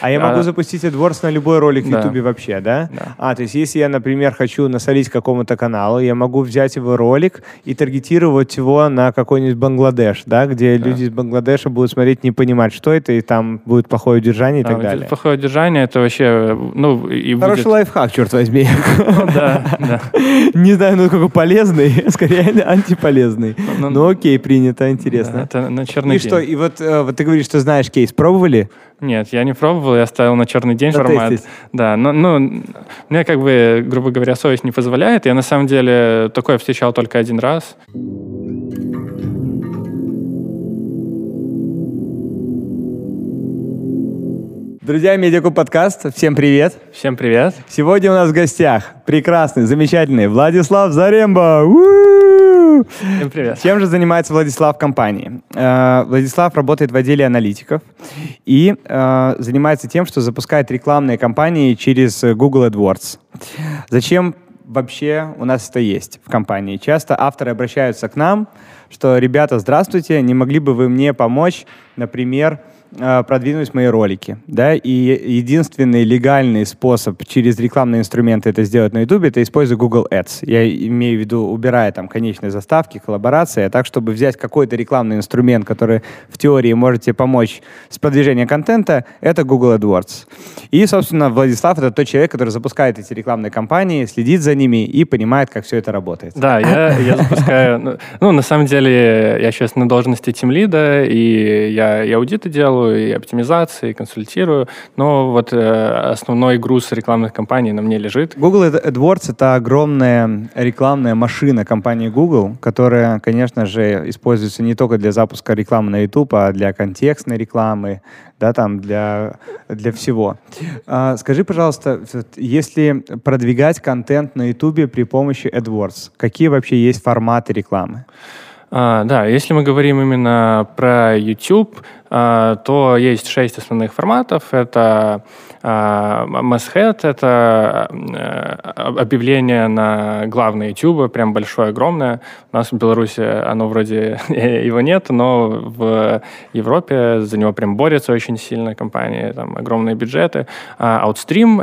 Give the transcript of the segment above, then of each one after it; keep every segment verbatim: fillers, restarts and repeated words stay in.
А я могу а... запустить AdWords на любой ролик в да. YouTube вообще, да? Да. А, то есть если я, например, хочу насолить какому-то каналу, я могу взять его ролик и таргетировать его на какой-нибудь Бангладеш, да, где да. люди из Бангладеша будут смотреть, не понимать, что это, и там будет плохое удержание и а, так далее. Плохое удержание — это вообще... Ну, и Хороший будет... лайфхак, черт возьми. Да, да. Не знаю, насколько полезный, скорее антиполезный. Ну окей, принято, интересно. Это на черный день. И что, и вот ты говоришь, что знаешь кейс, пробовали? Нет, я не пробовал, я ставил на черный день формат. Да, но ну, мне как бы, грубо говоря, совесть не позволяет. Я на самом деле такое встречал только один раз. Друзья, Медиакуб подкаст, всем привет. Всем привет. Сегодня у нас в гостях прекрасный, замечательный Владислав Заремба. У-у-у! Всем привет. Чем же занимается Владислав в компании? Э, Владислав работает в отделе аналитиков и э, занимается тем, что запускает рекламные кампании через Google AdWords. Зачем вообще у нас это есть в компании? Часто авторы обращаются к нам, что, ребята, здравствуйте, не могли бы вы мне помочь, например, продвинуть мои ролики, да, и единственный легальный способ через рекламные инструменты это сделать на YouTube, это используя Google Ads. Я имею в виду, убирая там конечные заставки, коллаборации, а так, чтобы взять какой-то рекламный инструмент, который в теории может тебе помочь с продвижением контента, это Google AdWords. И, собственно, Владислав — это тот человек, который запускает эти рекламные кампании, следит за ними и понимает, как все это работает. Да, я, я запускаю... Ну, на самом деле, я сейчас на должности тимлида, и я и аудиты делаю, и оптимизации, и консультирую, но вот э, основной груз рекламных кампаний на мне лежит. Google AdWords — это огромная рекламная машина компании Google, которая, конечно же, используется не только для запуска рекламы на YouTube, а для контекстной рекламы, да, там, для, для всего. А, скажи, пожалуйста, если продвигать контент на YouTube при помощи AdWords, какие вообще есть форматы рекламы? А, да, если мы говорим именно про YouTube, а, то есть шесть основных форматов. Это а, Masthead, это а, объявление на главной YouTube, прям большое, огромное. У нас в Беларуси оно вроде его нет, но в Европе за него прям борются очень сильно компании, там огромные бюджеты. А, Outstream —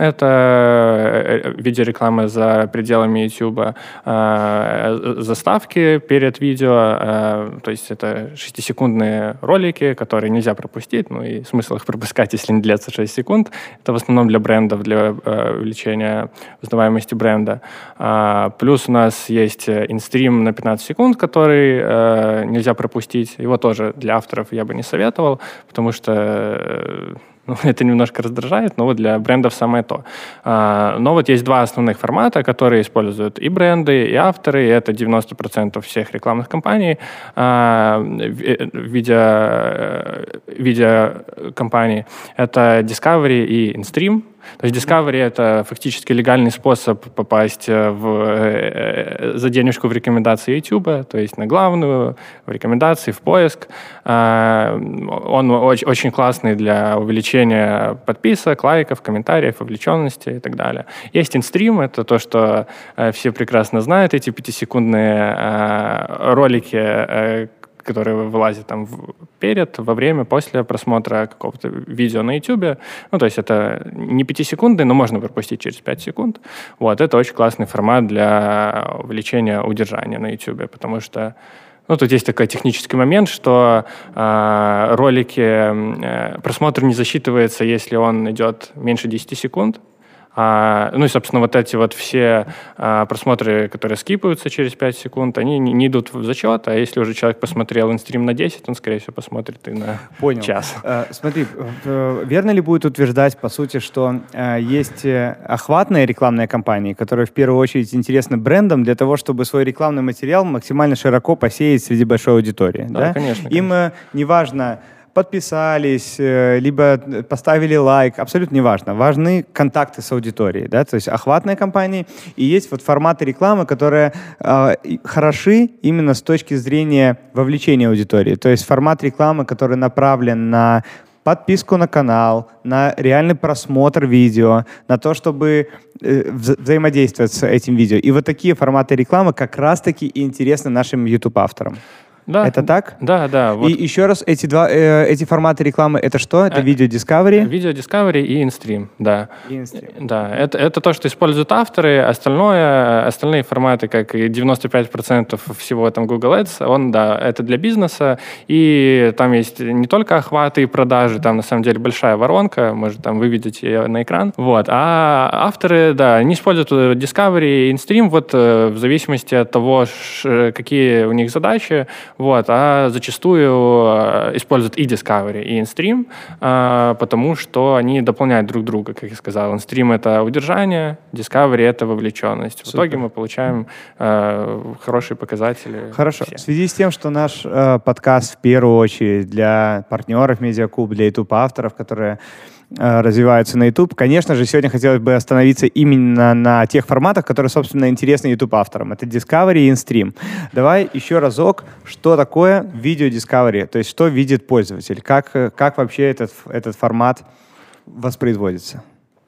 это видеореклама за пределами YouTube, а, заставки перед видео, а, то есть это шестисекундные ролики, которые нельзя пропустить, ну и смысл их пропускать, если не длится шесть секунд. Это в основном для брендов, для э, увеличения узнаваемости бренда. А, плюс у нас есть инстрим на пятнадцать секунд, который э, нельзя пропустить. Его тоже для авторов я бы не советовал, потому что э, ну, это немножко раздражает, но вот для брендов самое то. А, но вот есть два основных формата, которые используют и бренды, и авторы, и это девяносто процентов всех рекламных кампаний, а, видео, видеокомпаний. Это Discovery и InStream. То есть Discovery — это фактически легальный способ попасть в, за денежку в рекомендации YouTube, то есть на главную, в рекомендации, в поиск. Он очень, очень классный для увеличения подписок, лайков, комментариев, вовлеченности и так далее. Есть InStream — это то, что все прекрасно знают, эти пятисекундные ролики, которые вылазят там перед, во время, после просмотра какого-то видео на YouTube. Ну, то есть это не пятисекундный, но можно пропустить через пять секунд. Вот, это очень классный формат для увеличения удержания на YouTube, потому что ну, тут есть такой технический момент, что э, ролики, э, просмотр не засчитывается, если он идет меньше десяти секунд. А, ну и, собственно, вот эти вот все а, просмотры, которые скипаются через пять секунд, они не, не идут в зачет, а если уже человек посмотрел инстрим на десять, он, скорее всего, посмотрит и на Понял. час. А, смотри, верно ли будет утверждать, по сути, что а, есть охватные рекламные кампании, которые в первую очередь интересны брендам для того, чтобы свой рекламный материал максимально широко посеять среди большой аудитории? Да, да? конечно. Им конечно. неважно, подписались, либо поставили лайк, абсолютно не важно. Важны контакты с аудиторией, да, то есть охватные кампании. И есть вот форматы рекламы, которые э, хороши именно с точки зрения вовлечения аудитории. То есть формат рекламы, который направлен на подписку на канал, на реальный просмотр видео, на то, чтобы э, вза- взаимодействовать с этим видео. И вот такие форматы рекламы как раз-таки и интересны нашим YouTube-авторам. Да. Это так? Да, да. Вот. И еще раз, эти, два, э, эти форматы рекламы, это что? Это видео Discovery? Видео Discovery и InStream, да. InStream. Да, это, это то, что используют авторы. Остальное, остальные форматы, как и девяносто пять процентов всего там Google Ads, он, да, это для бизнеса. И там есть не только охваты и продажи, там на самом деле большая воронка, может, там вы видите ее на экран. Вот. А авторы, да, они используют Discovery и InStream вот в зависимости от того, какие у них задачи, вот, а зачастую используют и Discovery, и InStream, потому что они дополняют друг друга, как я сказал. InStream — это удержание, Discovery — это вовлеченность. Супер. В итоге мы получаем э, хорошие показатели. Хорошо. Все. В связи с тем, что наш э, подкаст в первую очередь для партнеров Медиакуб, для YouTube-авторов, которые развиваются на YouTube. Конечно же, сегодня хотелось бы остановиться именно на тех форматах, которые, собственно, интересны YouTube-авторам. Это Discovery и InStream. Давай еще разок, что такое видео Discovery, то есть что видит пользователь, как, как вообще этот, этот формат воспроизводится.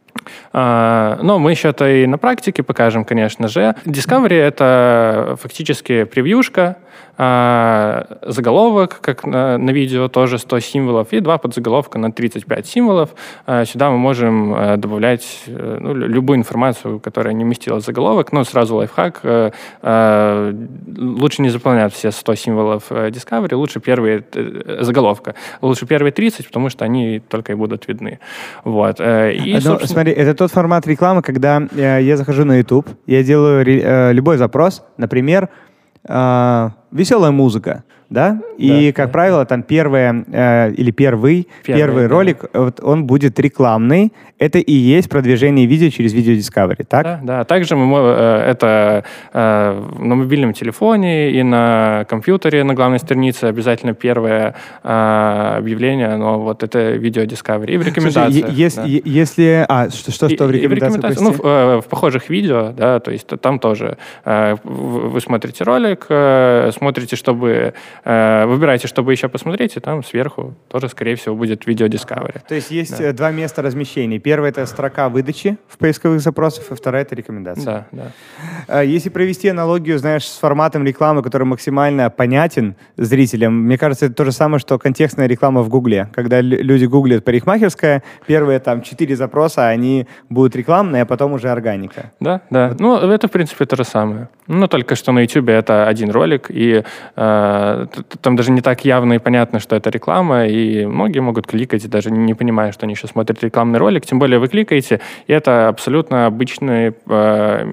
Uh, ну, мы еще это и на практике покажем, конечно же. Discovery — это фактически превьюшка, uh, заголовок, как на, на видео, тоже сто символов, и два подзаголовка на тридцать пять символов. Uh, сюда мы можем uh, добавлять uh, ну, любую информацию, которая не вместилась в заголовок. Но сразу лайфхак. Uh, uh, лучше не заполнять все сто символов Discovery, лучше первые uh, заголовка. Лучше первые тридцать, потому что они только и будут видны. Вот. Uh, и, Но, собственно... смотри, это тот формат рекламы, когда э, я захожу на YouTube, я делаю э, любой запрос, например, э, веселая музыка, да? И, да, как да. правило, там первое э, или первый, первый, первый да. ролик, вот, он будет рекламный. Это и есть продвижение видео через видео Discovery, так? Да, да. Также мы, э, это э, на мобильном телефоне и на компьютере на главной странице обязательно первое э, объявление, но вот это видео Discovery. И в рекомендациях. Слушай, е- да. е- если... А, что, что, что и, в рекомендациях? В рекомендациях ну, в, э, в похожих видео, да, то есть там тоже э, вы смотрите ролик, э, смотрите, чтобы... Э, выбираете, чтобы еще посмотреть, и там сверху тоже, скорее всего, будет видео Discovery. То есть есть да. два места размещения. Первое — это строка выдачи в поисковых запросах, и вторая — это рекомендации. Да, да. Если провести аналогию, знаешь, с форматом рекламы, который максимально понятен зрителям, мне кажется, это то же самое, что контекстная реклама в Гугле. Когда люди гуглят парикмахерская, первые там четыре запроса, они будут рекламные, а потом уже органика. Да, да. Вот. Ну, это, в принципе, то же самое. Ну, только что на YouTube это один ролик, и э, там даже не так явно и понятно, что это реклама, и многие могут кликать, даже не понимая, что они еще смотрят рекламный ролик. Тем более вы кликаете, и это абсолютно обычный э,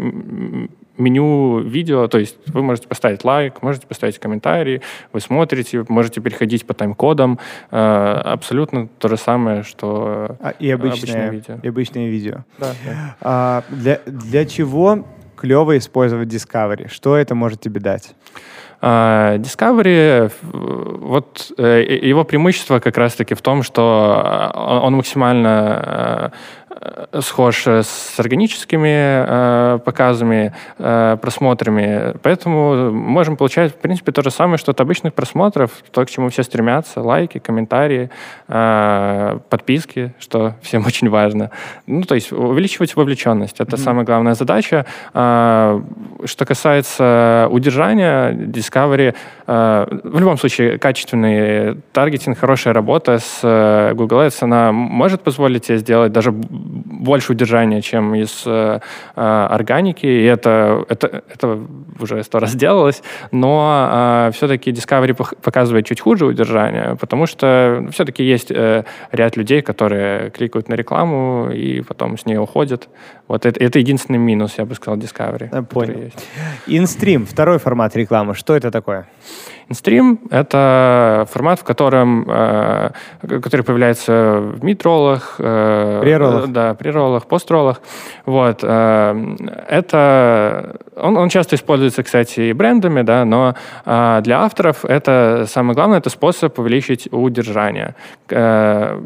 меню видео, то есть вы можете поставить лайк, можете поставить комментарий, вы смотрите, можете переходить по тайм-кодам. Э, абсолютно то же самое, что а, и обычное, обычное видео. И обычное видео. Да, да. А, для, для чего клево использовать Discovery? Что это может тебе дать? Discovery, вот его преимущество как раз-таки в том, что он максимально схож с органическими э, показами, э, просмотрами. Поэтому можем получать, в принципе, то же самое, что от обычных просмотров, то, к чему все стремятся, лайки, комментарии, э, подписки, что всем очень важно. Ну, то есть увеличивать вовлеченность. Это mm-hmm. самая главная задача. Э, что касается удержания, Discovery, э, в любом случае, качественный таргетинг, хорошая работа с э, Google Ads, она может позволить тебе сделать даже больше удержания, чем из э, органики, и это, это, это уже сто раз делалось, но э, все-таки Discovery показывает чуть хуже удержания, потому что все-таки есть э, ряд людей, которые кликают на рекламу и потом с ней уходят. Вот это, это единственный минус, я бы сказал, Discovery. Понял. InStream, второй формат рекламы. Что это такое? InStream — это формат, в котором, э, который появляется в мид-роллах, э, прероллах, да, прероллах, построллах. Вот. Э, это он, он часто используется, кстати, и брендами, да, но э, для авторов это самое главное, это способ увеличить удержание. Э,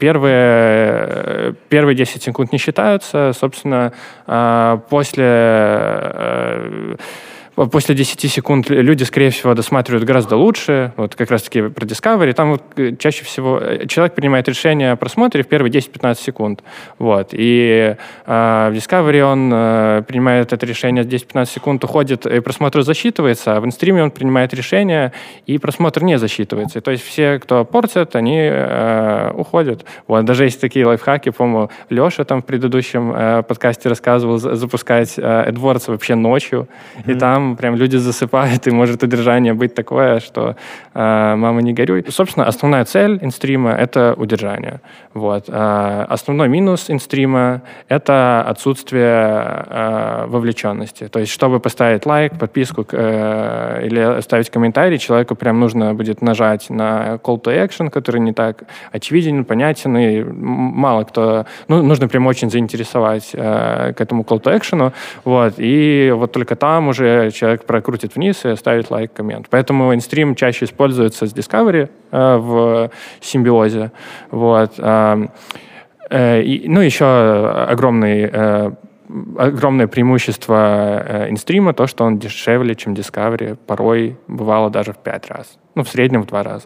первые, первые десять секунд не считаются, собственно, э, после э, после десяти секунд люди, скорее всего, досматривают гораздо лучше. Вот как раз-таки про Discovery. Там вот чаще всего человек принимает решение о просмотре в первые десять-пятнадцать секунд. Вот. И э, в Discovery он э, принимает это решение десять-пятнадцать секунд, уходит, и просмотр засчитывается, а в инстриме он принимает решение, и просмотр не засчитывается. То есть все, кто портят, они э, уходят. Вот. Даже есть такие лайфхаки, по-моему, Леша там в предыдущем э, подкасте рассказывал, запускать э, AdWords вообще ночью, mm-hmm. и там прям люди засыпают, и может удержание быть такое, что э, мама, не горюй. Собственно, основная цель инстрима — это удержание. Вот. Э, основной минус инстрима — это отсутствие э, вовлеченности. То есть, чтобы поставить лайк, подписку э, или оставить комментарий, человеку прям нужно будет нажать на call to action, который не так очевиден, понятен, и мало кто... Ну, нужно прям очень заинтересовать э, к этому call to action. Вот. И вот только там уже человек прокрутит вниз и оставит лайк, коммент. Поэтому инстрим чаще используется с Discovery э, в симбиозе. Вот. Э, э, и, ну, еще огромный, э, огромное преимущество э, инстрима то, что он дешевле, чем Discovery. Порой бывало даже в пять раз. Ну, в среднем в два раза.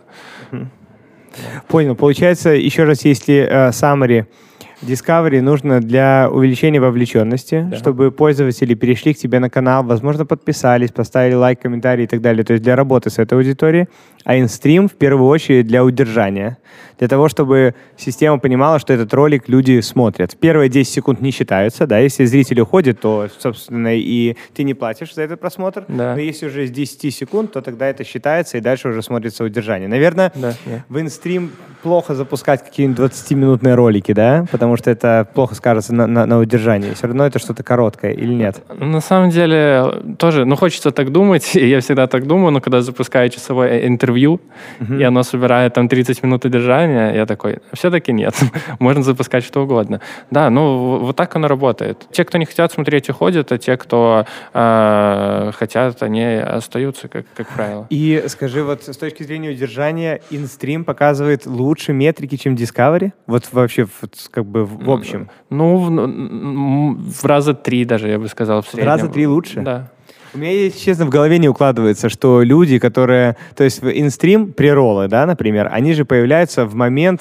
Понял. Получается, еще раз, если э, summary, Discovery нужно для увеличения вовлеченности, да. чтобы пользователи перешли к тебе на канал, возможно, подписались, поставили лайк, комментарий и так далее. То есть для работы с этой аудиторией. А инстрим в первую очередь для удержания. Для того, чтобы система понимала, что этот ролик люди смотрят. Первые десять секунд не считаются, да, если зритель уходит, то, собственно, и ты не платишь за этот просмотр. Да. Но если уже с десяти секунд, то тогда это считается, и дальше уже смотрится удержание. Наверное, да, да. в инстрим плохо запускать какие-нибудь двадцатиминутные ролики, да, потому что это плохо скажется на, на, на удержании. Все равно это что-то короткое или нет? На самом деле тоже, ну, хочется так думать, и я всегда так думаю, но когда запускаю часовое интервью, uh-huh. и оно собирает там тридцать минут удержания, я такой, все-таки нет, можно запускать что угодно. Да, ну, вот так оно работает. Те, кто не хотят смотреть, уходят, а те, кто э, хотят, они остаются, как, как правило. И скажи, вот с точки зрения удержания, инстрим показывает лучше метрики, чем Discovery? Вот вообще, вот, как бы в общем. Ну, в, в раза три даже, я бы сказал, в среднем. В раза три лучше? Да. У меня, если честно, в голове не укладывается, что люди, которые... То есть инстрим, прероллы, да, например, они же появляются в момент,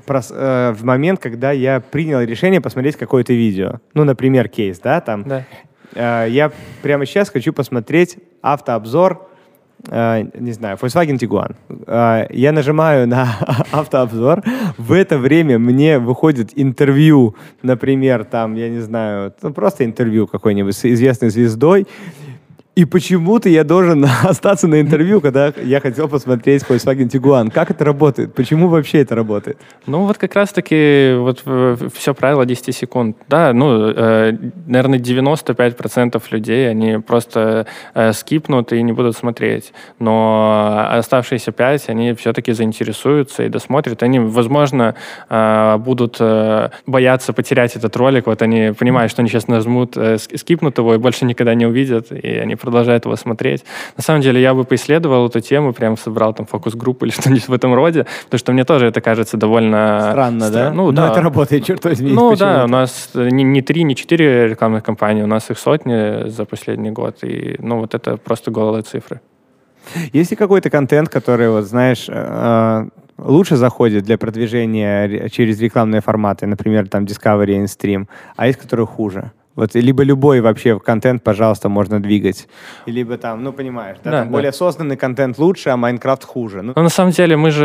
э, в момент, когда я принял решение посмотреть какое-то видео. Ну, например, кейс, да, там. Да. Э, я прямо сейчас хочу посмотреть автообзор, э, не знаю, Volkswagen Tiguan. Э, я нажимаю на автообзор, в это время мне выходит интервью, например, там, я не знаю, ну, просто интервью какой-нибудь с известной звездой. И почему-то я должен остаться на интервью, когда я хотел посмотреть Volkswagen Tiguan. Как это работает? Почему вообще это работает? Ну, вот как раз-таки вот все правило десяти секунд. Да, ну, э, наверное, девяносто пять процентов людей, они просто э, скипнут и не будут смотреть. Но оставшиеся пять, они все-таки заинтересуются и досмотрят. Они, возможно, э, будут э, бояться потерять этот ролик. Вот они понимают, что они сейчас нажмут, э, скипнут его и больше никогда не увидят. И они продолжают его смотреть. На самом деле, я бы поисследовал эту тему, прям собрал там фокус-группу или что-нибудь в этом роде, потому что мне тоже это кажется довольно... Странно, стра... да? Ну, Но да. это работает, черт возьми. Ну, да, у нас не, не три, не четыре рекламных кампании, у нас их сотни за последний год, и, ну, вот это просто голые цифры. Есть ли какой-то контент, который, вот, знаешь, лучше заходит для продвижения через рекламные форматы, например, там Discovery, InStream, а есть, который хуже? Вот, либо любой вообще контент, пожалуйста, можно двигать. Либо там, ну, понимаешь, да, да, там да. более осознанный контент лучше, а Майнкрафт хуже. Ну, Но на самом деле мы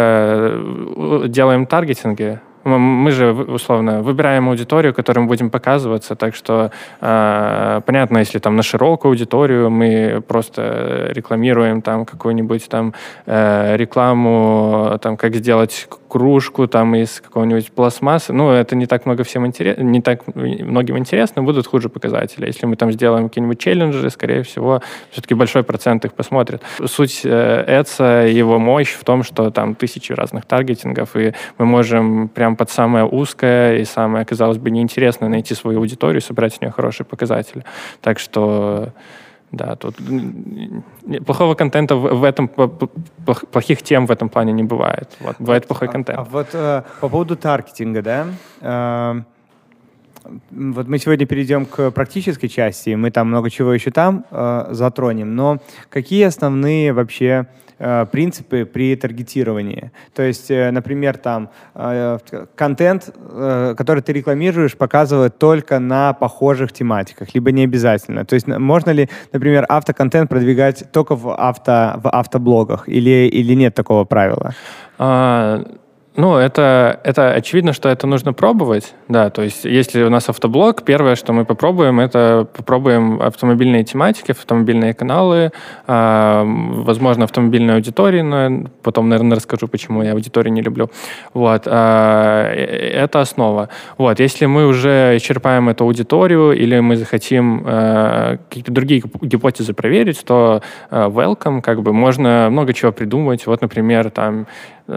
же делаем таргетинги. Мы же, условно, выбираем аудиторию, которой мы будем показываться, так что э, понятно, если там на широкую аудиторию мы просто рекламируем там какую-нибудь там э, рекламу, там, как сделать кружку там из какого-нибудь пластмассы, ну, это не так много всем интересно, не так многим интересно, будут хуже показатели. Если мы там сделаем какие-нибудь челленджи, скорее всего, все-таки большой процент их посмотрит. Суть э, Ads, его мощь в том, что там тысячи разных таргетингов, и мы можем прям под самое узкое и самое, казалось бы, неинтересное найти свою аудиторию и собрать с нее хорошие показатели. Так что, да, тут плохого контента в этом, плохих тем в этом плане не бывает. Вот, бывает плохой контент. А, а вот э, по поводу таргетинга, да, э, вот мы сегодня перейдем к практической части, мы там много чего еще там э, затронем, но какие основные вообще э, принципы при таргетировании? То есть, э, например, там э, контент, э, который ты рекламируешь, показывает только на похожих тематиках, либо не обязательно. То есть можно ли, например, автоконтент продвигать только в, авто, в автоблогах или, или нет такого правила? А... Ну, это, это очевидно, что это нужно пробовать, да, то есть если у нас автоблог, первое, что мы попробуем, это попробуем автомобильные тематики, автомобильные каналы, э, возможно, автомобильные аудитории, но потом, наверное, расскажу, почему я аудитории не люблю. Вот, э, это основа. Вот, если мы уже исчерпаем эту аудиторию или мы захотим э, какие-то другие гипотезы проверить, то э, welcome, как бы, можно много чего придумать. Вот, например, там,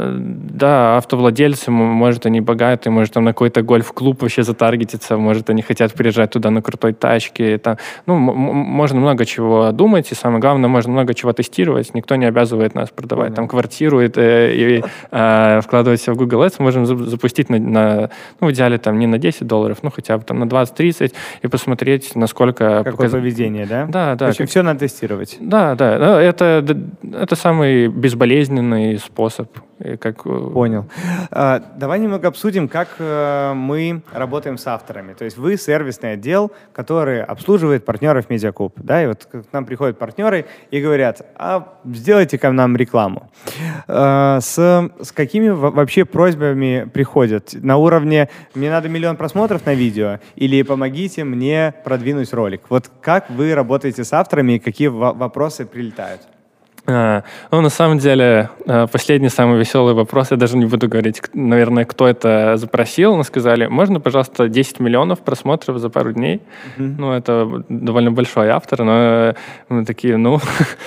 да, автовладельцы, может, они богатые, может, там на какой-то гольф-клуб вообще затаргетиться, может, они хотят приезжать туда на крутой тачке. Там, ну, м- можно много чего думать, и самое главное, можно много чего тестировать. Никто не обязывает нас продавать там квартиру и, и э, вкладывать все в Google Ads. Мы можем запустить на, на, ну, в идеале там не на десять долларов, ну, хотя бы там на двадцать-тридцать и посмотреть, насколько... Какое показ... поведение, да? Да, да. В общем, как... все надо тестировать. Да, да. Это, это самый безболезненный способ. Как... Понял. А, давай немного обсудим, как а, мы работаем с авторами. То есть вы сервисный отдел, который обслуживает партнеров Медиакуб. Да? И вот к нам приходят партнеры и говорят, а сделайте-ка нам рекламу. А, с, с какими вообще просьбами приходят? На уровне «мне надо миллион просмотров на видео» или «помогите мне продвинуть ролик». Вот как вы работаете с авторами и какие вопросы прилетают? А, ну, на самом деле, последний самый веселый вопрос, я даже не буду говорить, наверное, кто это запросил, но сказали, можно, пожалуйста, десять миллионов просмотров за пару дней? Mm-hmm. Ну, это довольно большой автор, но мы такие, ну...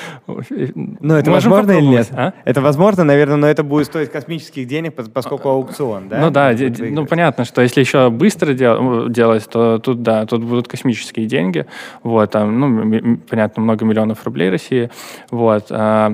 Ну, это возможно или нет? А? Это возможно, наверное, но это будет стоить космических денег, поскольку аукцион, да? Ну да, д- ну понятно, что если еще быстро дел- делать, то тут, да, тут будут космические деньги, вот, там, ну, м- понятно, много миллионов рублей России, вот, а,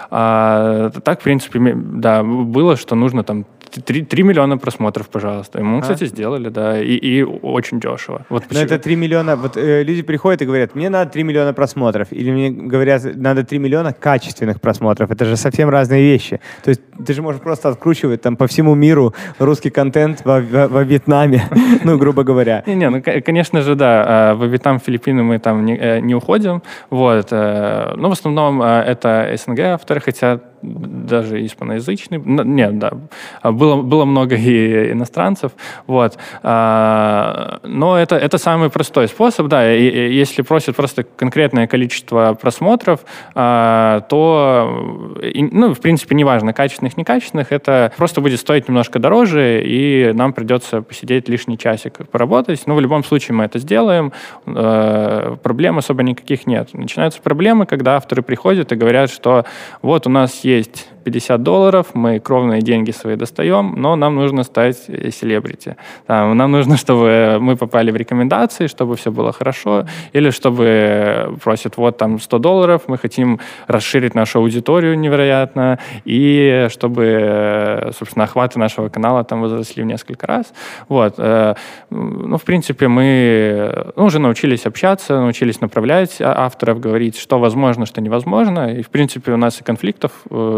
а, так, в принципе, да, было, что нужно там три миллиона просмотров, пожалуйста. И мы, кстати, а? сделали, да, и, и очень дешево. Вот Но это три миллиона, вот э, люди приходят и говорят, мне надо три миллиона просмотров, или мне говорят, надо три миллиона качественных просмотров. Это же совсем разные вещи. То есть ты же можешь просто откручивать там по всему миру русский контент во, во, во Вьетнаме, ну, грубо говоря. Не-не, ну, конечно же, да, во Вьетнам, Филиппины мы там не, не уходим, вот, но в основном это СНГ авторы, хотя даже испаноязычный, нет, да, было, было много и иностранцев, вот, а, но это, это самый простой способ, да, и, и если просят просто конкретное количество просмотров, а, то, и, ну, в принципе, неважно, качественных, некачественных, это просто будет стоить немножко дороже, и нам придется посидеть лишний часик поработать, но в любом случае мы это сделаем, а, проблем особо никаких нет. Начинаются проблемы, когда авторы приходят и говорят, что вот у нас есть есть пятьдесят долларов, мы кровные деньги свои достаем, но нам нужно стать селебрити. Нам нужно, чтобы мы попали в рекомендации, чтобы все было хорошо, или чтобы просят, вот там сто долларов, мы хотим расширить нашу аудиторию невероятно, и чтобы, собственно, охваты нашего канала там возросли в несколько раз. Вот. Ну, в принципе, мы ну, уже научились общаться, научились направлять авторов, говорить, что возможно, что невозможно, и, в принципе, у нас и конфликтов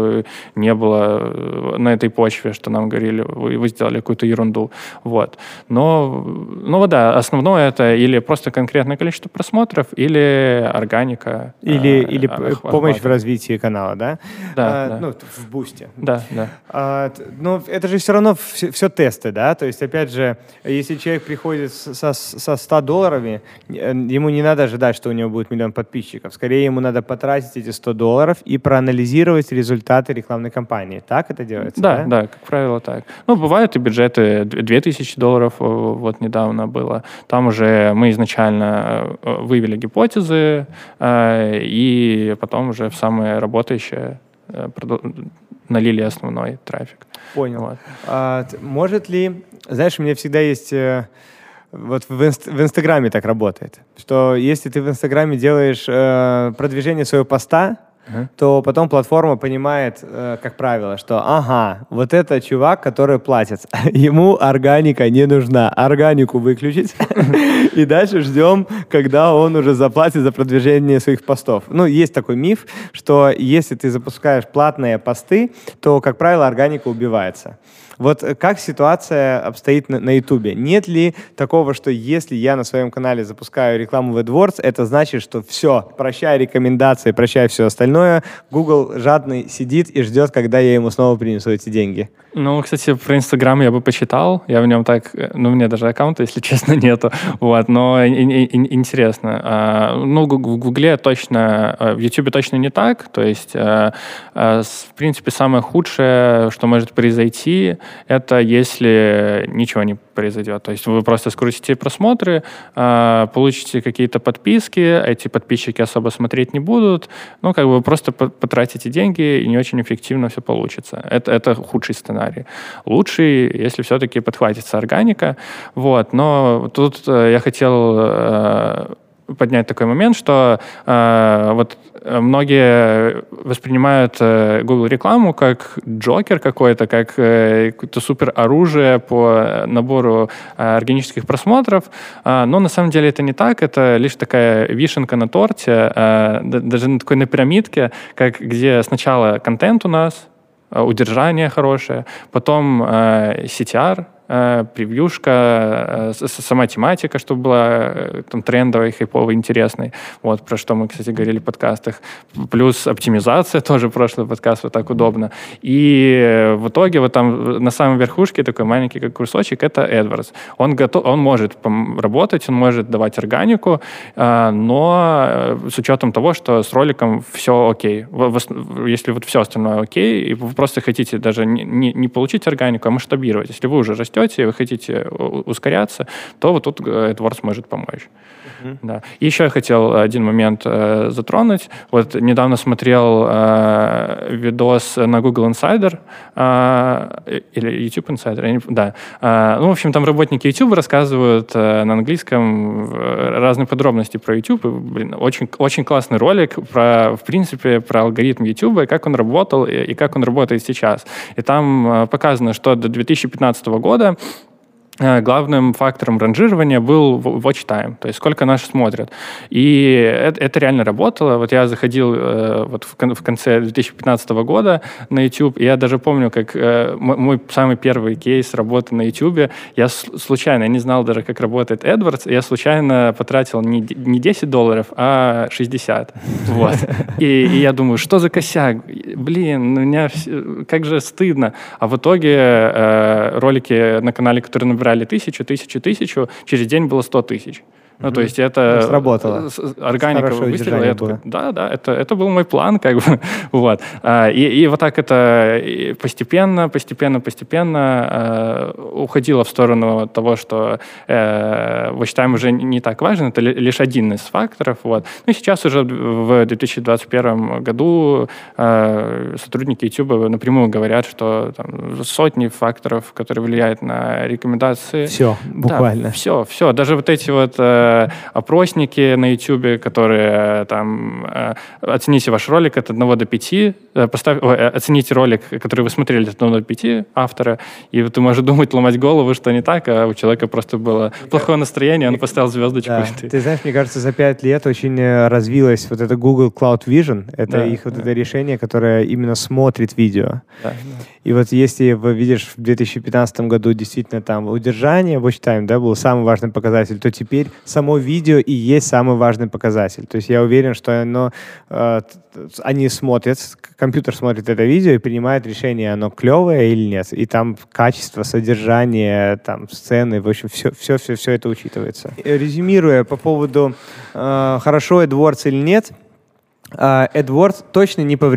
не было на этой почве, что нам говорили, вы, вы сделали какую-то ерунду. Вот. Но, ну да, основное это или просто конкретное количество просмотров, или органика. Или, э, или охват, помощь охват. В развитии канала, да? Да, а, да. Ну, в бусте. Да, да. А, ну, это же все равно все, все тесты, да? То есть, опять же, если человек приходит со, со ста долларами, ему не надо ожидать, что у него будет миллион подписчиков. Скорее, ему надо потратить эти сто долларов и проанализировать результаты рекламной кампании. Так это делается? Да, да, да, как правило, так. Ну, бывают и бюджеты две тысячи долларов, вот недавно было. Там уже мы изначально вывели гипотезы, и потом уже в самое работающее налили основной трафик. Понял. Вот. А, может ли... Знаешь, у меня всегда есть... Вот в, инст, в Инстаграме так работает, что если ты в Инстаграме делаешь э, продвижение своего поста, uh-huh. то потом платформа понимает, э, как правило, что ага, вот это чувак, который платит, ему органика не нужна, органику выключить, и дальше ждем, когда он уже заплатит за продвижение своих постов. Ну, есть такой миф, что если ты запускаешь платные посты, то, как правило, органика убивается. Вот как ситуация обстоит на Ютубе? Нет ли такого, что если я на своем канале запускаю рекламу в AdWords, это значит, что все, прощай рекомендации, прощай все остальное, Google жадный сидит и ждет, когда я ему снова принесу эти деньги? Ну, кстати, про Инстаграм я бы почитал. Я в нем так... Ну, у меня даже аккаунта, если честно, нету. Вот, но и, и, и, интересно. А, ну, в Гугле точно... В Ютубе точно не так. То есть, а, а, в принципе, самое худшее, что может произойти, это если ничего не произойдет. То есть вы просто скрутите просмотры, а, получите какие-то подписки, эти подписчики особо смотреть не будут. Ну, как бы вы просто потратите деньги, и не очень эффективно все получится. Это, это худший сценарий. Лучший, если все-таки подхватится органика. Вот. Но тут я хотел э, поднять такой момент, что э, вот многие воспринимают э, Google рекламу как джокер какой-то, как э, какое-то супероружие по набору э, органических просмотров. Э, но на самом деле это не так. Это лишь такая вишенка на торте, э, даже на такой на пирамидке, как, где сначала контент у нас, удержание хорошее, потом э, си ти ар, э, превьюшка, э, сама тематика, чтобы была э, там, трендовой, хайповой, интересной. Вот, про что мы, кстати, говорили в подкастах. Плюс оптимизация, тоже прошлый подкаст, вот так удобно. И в итоге вот там на самой верхушке такой маленький как кусочек — это AdWords. Он, готов, он может работать, он может давать органику, э, но с учетом того, что с роликом все окей. В, в, если вот все остальное окей, и вы просто хотите даже не, не, не получить органику, а масштабировать. Если вы уже растете, и вы хотите ускоряться, то вот тут AdWords может помочь. Uh-huh. Да. И еще я хотел один момент э, затронуть. Вот недавно смотрел э, видос на Google Insider, э, или YouTube Insider, я не, да. Э, ну, в общем, там работники YouTube рассказывают э, на английском разные подробности про YouTube. И, блин, очень, очень классный ролик про, в принципе, про алгоритм YouTube, и как он работал, и, и как он работает сейчас. И там э, показано, что до две тысячи пятнадцатого года главным фактором ранжирования был watch time, то есть сколько наши смотрят. И это, это реально работало. Вот я заходил э, вот в, кон- в конце две тысячи пятнадцатого года на YouTube, и я даже помню, как э, мой, мой самый первый кейс работы на YouTube, я с- случайно, я не знал даже, как работает AdWords, я случайно потратил не, не десять долларов, а шестьдесят. Вот. И, и я думаю, что за косяк? Блин, у меня все, как же стыдно. А в итоге э, ролики на канале, которые набирали тысячу, тысячу, тысячу, через день было сто тысяч. Ну, то есть это... Сработало. Органика выстрелила. Я такой, да, да, это, это был мой план, как бы. Вот. И, и вот так это постепенно, постепенно, постепенно уходило в сторону того, что э, watch time уже не так важен, это лишь один из факторов. Вот. Ну и сейчас уже в две тысячи двадцать первом году э, сотрудники YouTube напрямую говорят, что там, сотни факторов, которые влияют на рекомендации. Все, буквально. Да, все, все. Даже вот эти вот опросники на YouTube, которые там оцените ваш ролик от одного до пяти, поставь, ой, оцените ролик, который вы смотрели от одного до пяти автора, и ты можешь думать, ломать голову, что не так, а у человека просто было плохое настроение, он поставил звездочку. Да. Ты знаешь, мне кажется, за пять лет очень развилось вот это Google Cloud Vision, это да, их вот да. это решение, которое именно смотрит видео. Да, да. И вот если вы видишь в две тысячи пятнадцатом году действительно там удержание, watch time, да, был самый важный показатель, то теперь само видео и есть самый важный показатель. То есть я уверен, что оно, э, они смотрят, компьютер смотрит это видео и принимает решение, оно клевое или нет. И там качество, содержание, там сцены, в общем, все, все, все, все это учитывается. Резюмируя по поводу э, хорошо AdWords или нет, э, AdWords точно не повредит.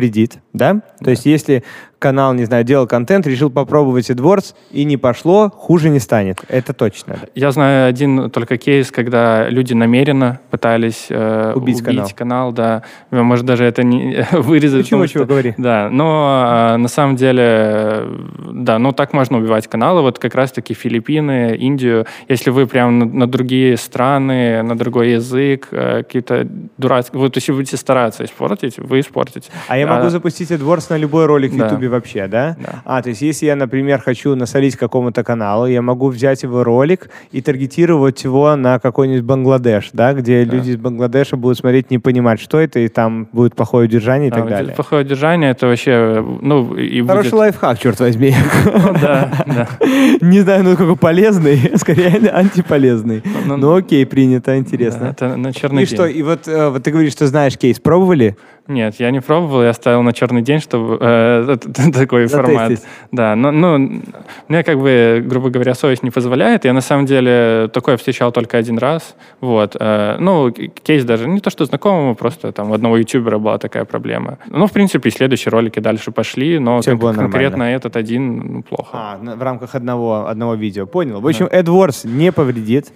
да? То есть если канал, не знаю, делал контент, решил попробовать AdWords и не пошло, хуже не станет. Это точно. Да? Я знаю один только кейс, когда люди намеренно пытались э, убить, убить канал. канал, да. Может, даже это не вырезать. Почему, чего, говори. Да, но э, на самом деле, да, ну так можно убивать каналы. Вот как раз-таки Филиппины, Индию. Если вы прям на, на другие страны, на другой язык, э, какие-то дурацкие... Вот если будете стараться испортить, вы испортите. А я могу а, запустить AdWords на любой ролик в да. YouTube вообще, да? да? А, то есть если я, например, хочу насолить какому-то каналу, я могу взять его ролик и таргетировать его на какой-нибудь Бангладеш, да, где да. люди из Бангладеша будут смотреть, не понимать, что это, и там будет плохое удержание да, и так далее. Плохое удержание — это вообще... Ну, и Хороший будет... лайфхак, черт возьми. Ну, да, да. Не знаю, насколько полезный, скорее антиполезный. Ну, ну окей, принято, интересно. Да, это на черный и день. И что, и вот, вот ты говоришь, что знаешь кейс, пробовали? Нет, я не пробовал, я ставил на черный день, чтобы э, такой Затестить. формат. Да, но ну, мне как бы, грубо говоря, совесть не позволяет. Я на самом деле такое встречал только один раз. Вот. Э, ну, кейс даже не то, что знакомому, просто там у одного ютубера была такая проблема. Ну, в принципе, следующие ролики дальше пошли, но кон- конкретно нормально. Этот один ну, плохо. А, в рамках одного, одного видео. Понял. В общем, да. AdWords не повредит.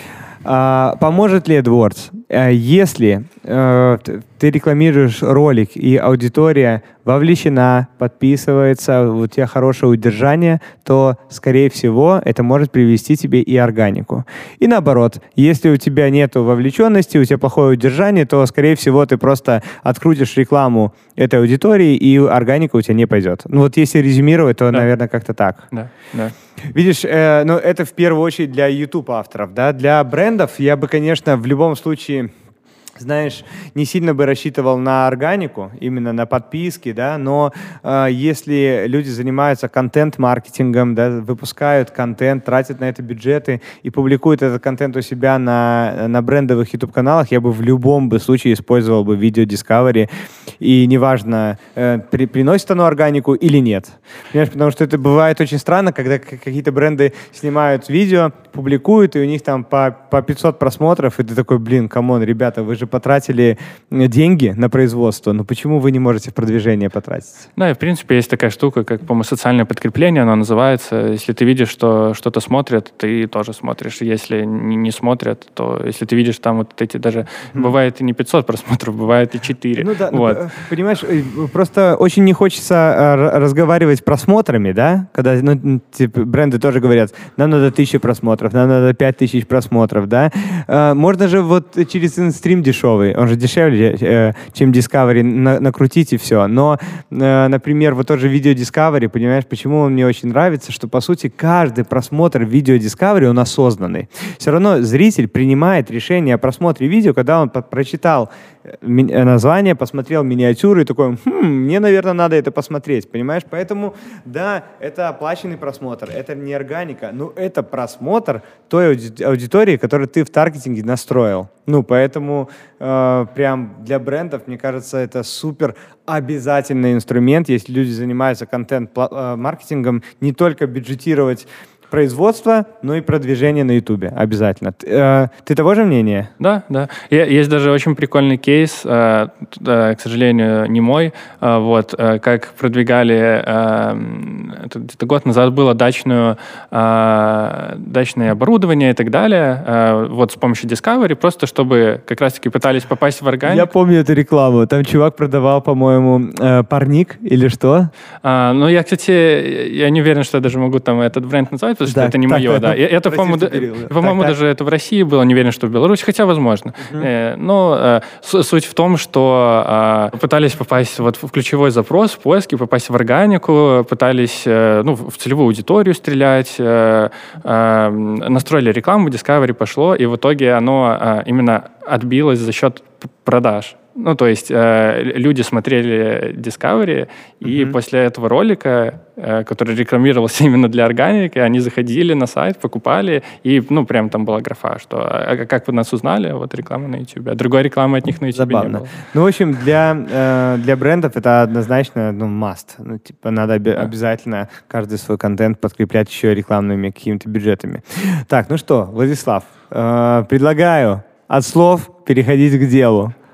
А, поможет ли AdWords? А, если а, ты рекламируешь ролик, и аудитория вовлечена, подписывается, у тебя хорошее удержание, то, скорее всего, это может привести тебе и органику. И наоборот, если у тебя нет вовлеченности, у тебя плохое удержание, то, скорее всего, ты просто открутишь рекламу этой аудитории, и органика у тебя не пойдет. Ну вот если резюмировать, то, да. наверное, как-то так. Да, да. Видишь, э, ну, это в первую очередь для YouTube-авторов, да? Для брендов я бы, конечно, в любом случае... знаешь, не сильно бы рассчитывал на органику, именно на подписки, да, но э, если люди занимаются контент-маркетингом, да, выпускают контент, тратят на это бюджеты и публикуют этот контент у себя на, на брендовых YouTube-каналах, я бы в любом бы случае использовал бы видео Discovery, и неважно, э, при, приносит оно органику или нет. Понимаешь, потому что это бывает очень странно, когда какие-то бренды снимают видео, публикуют, и у них там по, по пятьсот просмотров, и ты такой, блин, камон, ребята, вы же потратили деньги на производство, но почему вы не можете в продвижение потратить? Да, и в принципе есть такая штука, как, по-моему, социальное подкрепление, оно называется. Если ты видишь, что что-то смотрят, ты тоже смотришь. Если не, не смотрят, то если ты видишь там вот эти даже... Mm. Бывает и не пятьсот просмотров, бывает и четыре. Ну да, вот. ну, понимаешь, просто очень не хочется разговаривать просмотрами, да? Когда ну, типа, бренды тоже говорят, нам надо тысяча просмотров, нам надо пять тысяч просмотров, да? Можно же вот через инстрим дешевый, он же дешевле, э, чем Discovery, на, накрутить и все. Но, э, например, вот тот же видео Discovery, понимаешь, почему он мне очень нравится, что, по сути, каждый просмотр видео Discovery, он осознанный. Все равно зритель принимает решение о просмотре видео, когда он прочитал название, посмотрел миниатюры и такой, хм, мне, наверное, надо это посмотреть, понимаешь? Поэтому, да, это оплаченный просмотр, это не органика, но это просмотр той ауди- аудитории, которую ты в таргетинге настроил. Ну, поэтому э, прям для брендов, мне кажется, это супер обязательный инструмент, если люди занимаются контент-маркетингом, не только бюджетировать производство, но и продвижение на Ютубе. Обязательно. Ты, э, ты того же мнения? Да, да. Есть даже очень прикольный кейс, э, э, к сожалению, не мой, э, вот, э, как продвигали, э, это где-то год назад было дачную, э, дачное оборудование и так далее, э, вот с помощью Discovery, просто чтобы как раз-таки пытались попасть в органику. Я помню эту рекламу. Там чувак продавал, по-моему, э, парник или что? А, ну, я, кстати, я не уверен, что я даже могу там этот бренд назвать, потому что так, это не так, мое, так, да. Так, это, по-моему, да, по-моему так, даже так. Это в России было, не уверен, что в Беларуси, хотя возможно. Uh-huh. Э, но э, с- суть в том, что э, пытались попасть вот в ключевой запрос, в поиски, попасть в органику, пытались э, ну, в целевую аудиторию стрелять, э, э, настроили рекламу, Discovery пошло, и в итоге оно э, именно отбилось за счет продаж. Ну, то есть э, люди смотрели Discovery, и mm-hmm. после этого ролика, э, который рекламировался именно для органики, они заходили на сайт, покупали, и, ну, прям там была графа, что а, как вы нас узнали, вот реклама на YouTube. А другой рекламы от них на YouTube Забавно. не было. Ну, в общем, для, э, для брендов это однозначно, ну, must. Ну, типа, надо оби- да. обязательно каждый свой контент подкреплять еще рекламными какими-то бюджетами. Так, ну что, Владислав, э, предлагаю от слов переходить к делу.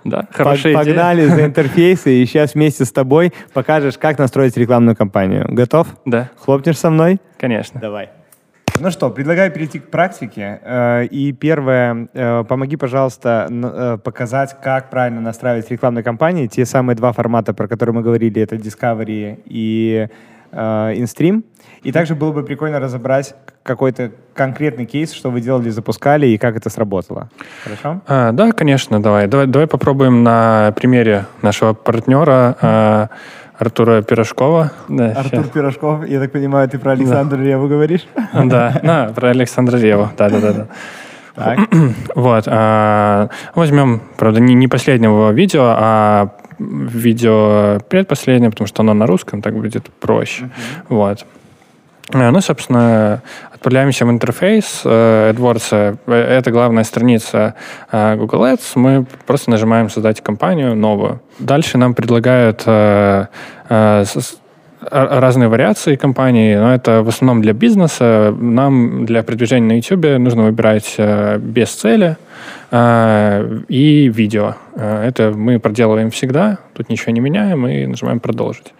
Да, хорошая идея. Погнали за интерфейсы, и сейчас вместе с тобой покажешь, как настроить рекламную кампанию. Готов? Да. Хлопнешь со мной? Конечно. Давай. Ну что, предлагаю перейти к практике. И первое, помоги, пожалуйста, показать, как правильно настраивать рекламные кампании. Те самые два формата, про которые мы говорили, это Discovery и InStream. И также было бы прикольно разобрать какой-то конкретный кейс, что вы делали, запускали, и как это сработало. Хорошо? А, да, конечно, давай. давай. Давай попробуем на примере нашего партнера а, Артура Пирожкова. Да, Артур сейчас. Пирожков, я так понимаю, ты про Александра Да. Реву говоришь? Да, да, про Александра Реву. Да-да-да. Так. Вот. А, возьмем, правда, не, не последнего видео, а видео предпоследнее, потому что оно на русском, так будет проще. Uh-huh. Вот. Ну, собственно, отправляемся в интерфейс AdWords. Это главная страница Google Ads. Мы просто нажимаем «Создать кампанию» новую. Дальше нам предлагают разные вариации компаний, но это в основном для бизнеса. Нам для продвижения на YouTube нужно выбирать без цели и видео. Это мы проделываем всегда, тут ничего не меняем и нажимаем «Продолжить».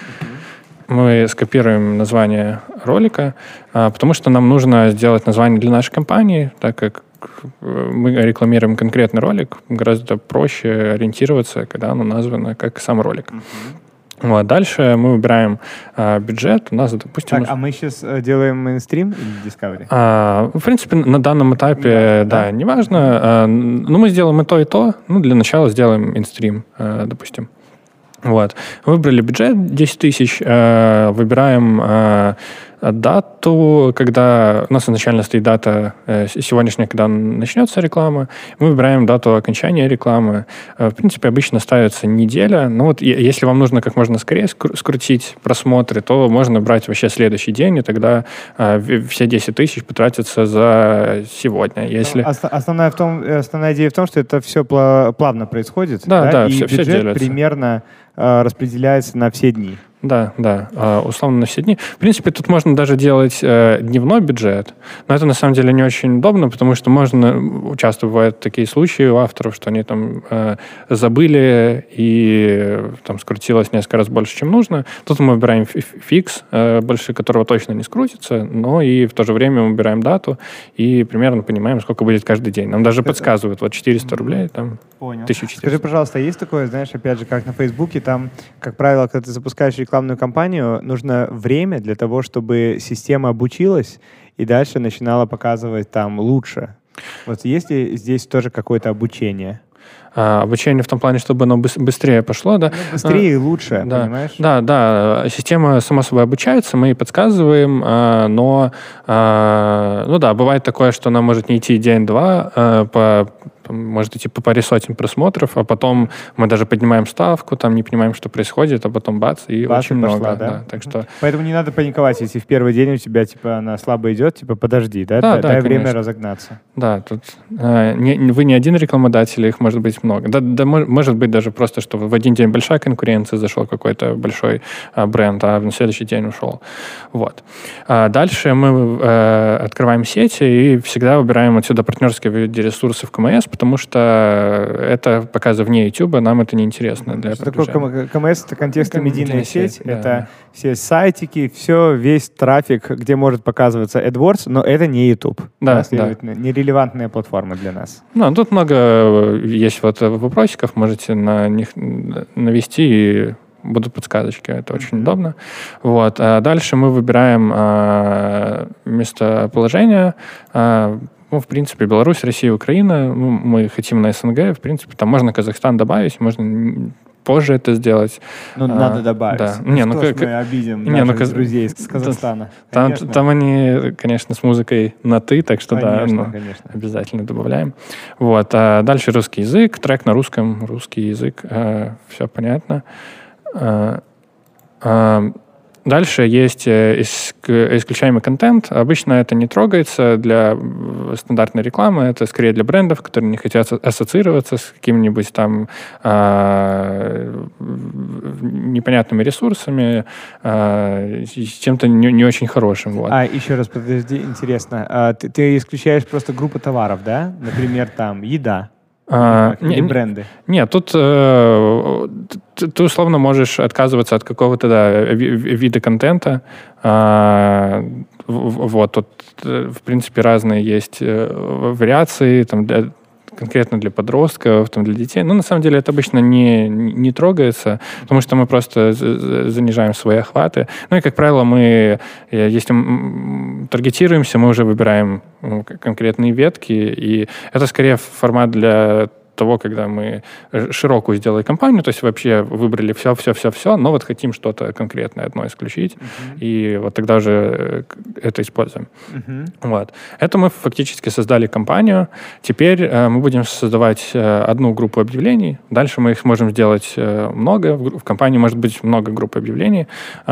Мы скопируем название ролика, потому что нам нужно сделать название для нашей компании, так как мы рекламируем конкретный ролик, гораздо проще ориентироваться, когда оно названо как сам ролик. Uh-huh. Вот. Дальше мы выбираем а, бюджет. У нас, допустим... Так, а мы сейчас делаем мейнстрим или Discovery? А, в принципе, на данном этапе, неважно, да, да? неважно. А, ну, мы сделаем и то, и то. Ну, для начала сделаем инстрим, а, допустим. Вот. Выбрали бюджет десять тысяч, э, выбираем э, дату, когда у нас изначально стоит дата э, сегодняшняя, когда начнется реклама. Мы выбираем дату окончания рекламы. Э, в принципе, обычно ставится неделя. Но вот если вам нужно как можно скорее скру- скрутить просмотры, то можно брать вообще следующий день, и тогда э, все десять тысяч потратятся за сегодня. Если... Ос- основная, в том, основная идея в том, что это все плавно происходит, да, да, да, и все, бюджет все делится. примерно э, распределяется на все дни. Да, да, условно на все дни. В принципе, тут можно даже делать э, дневной бюджет, но это на самом деле не очень удобно, потому что можно, часто бывают такие случаи у авторов, что они там э, забыли и там скрутилось несколько раз больше, чем нужно. Тут мы выбираем фикс, э, больше которого точно не скрутится, но и в то же время мы выбираем дату и примерно понимаем, сколько будет каждый день. Нам даже подсказывают, вот четыреста рублей, там Понял. тысяча четыреста. Скажи, пожалуйста, есть такое, знаешь, опять же, как на Фейсбуке, там, как правило, когда ты запускаешь рекламную кампанию, нужно время для того, чтобы система обучилась и дальше начинала показывать там лучше. Вот есть ли здесь тоже какое-то обучение? А, обучение в том плане, чтобы оно быстрее пошло, да? Ну, быстрее и лучше, да, понимаешь? Да, да. Система, само собой, обучается, мы ей подсказываем, но, ну да, бывает такое, что она может не идти день-два по может идти по паре сотен просмотров, а потом мы даже поднимаем ставку, там не понимаем, что происходит, а потом бац, и бац, очень и пошла, много. Да? Да, так что... Поэтому не надо паниковать, если в первый день у тебя типа она слабо идет, типа подожди, да, да, дай, да, дай конечно. время разогнаться. Да, тут э, не, вы не один рекламодатель, их может быть много. Да, да, может быть даже просто, что в один день большая конкуренция, зашел какой-то большой э, бренд, а на следующий день ушел. Вот. А дальше мы э, открываем сети и всегда выбираем отсюда партнерские виды ресурсов КМС, потому что это показы вне YouTube, нам это неинтересно для Что такое продвижения. КМС? Это контекстно-медийная сеть, сеть, да, это да. все сайтики, все, весь трафик, где может показываться AdWords, но это не YouTube. Да, да, следовательно, да. Нерелевантная платформа для нас. Ну, тут много есть вот вопросиков, можете на них навести и будут подсказочки, это очень mm-hmm. удобно. Вот. А дальше мы выбираем а, местоположение. А, ну, в принципе, Беларусь, Россия, Украина. Ну, мы хотим на СНГ, в принципе, там можно Казахстан добавить, можно позже это сделать. Ну, а, надо добавить. Да. Ну, не, что ну, ж как, мы обидим не, наших ну, друзей с Казахстана. Там, там они, конечно, с музыкой на «ты», так что конечно, да, ну, конечно. обязательно добавляем. Вот. А дальше русский язык, трек на русском, русский язык, а, все понятно. А, а, Дальше есть исключаемый контент. Обычно это не трогается для стандартной рекламы. Это скорее для брендов, которые не хотят ассоциироваться с какими-нибудь там а, непонятными ресурсами, а, с чем-то не, не очень хорошим. Вот. А, еще раз, подожди, интересно. А, ты, ты исключаешь просто группу товаров, да? Например, там, еда. А, Или не, бренды? Нет, тут э, ты, ты условно можешь отказываться от какого-то да, вида контента. А, вот, тут, в принципе, разные есть вариации, там, для, конкретно для подростков, там, для детей. Но на самом деле это обычно не, не трогается, потому что мы просто занижаем свои охваты. Ну и, как правило, мы, если таргетируемся, мы уже выбираем конкретные ветки, и это скорее формат для того, когда мы широкую сделали кампанию, то есть вообще выбрали все-все-все-все, но вот хотим что-то конкретное одно исключить, uh-huh. и вот тогда уже это используем. Uh-huh. Вот. Это мы фактически создали кампанию. Теперь э, мы будем создавать э, одну группу объявлений. Дальше мы их сможем сделать э, много. В, в кампании может быть много групп объявлений.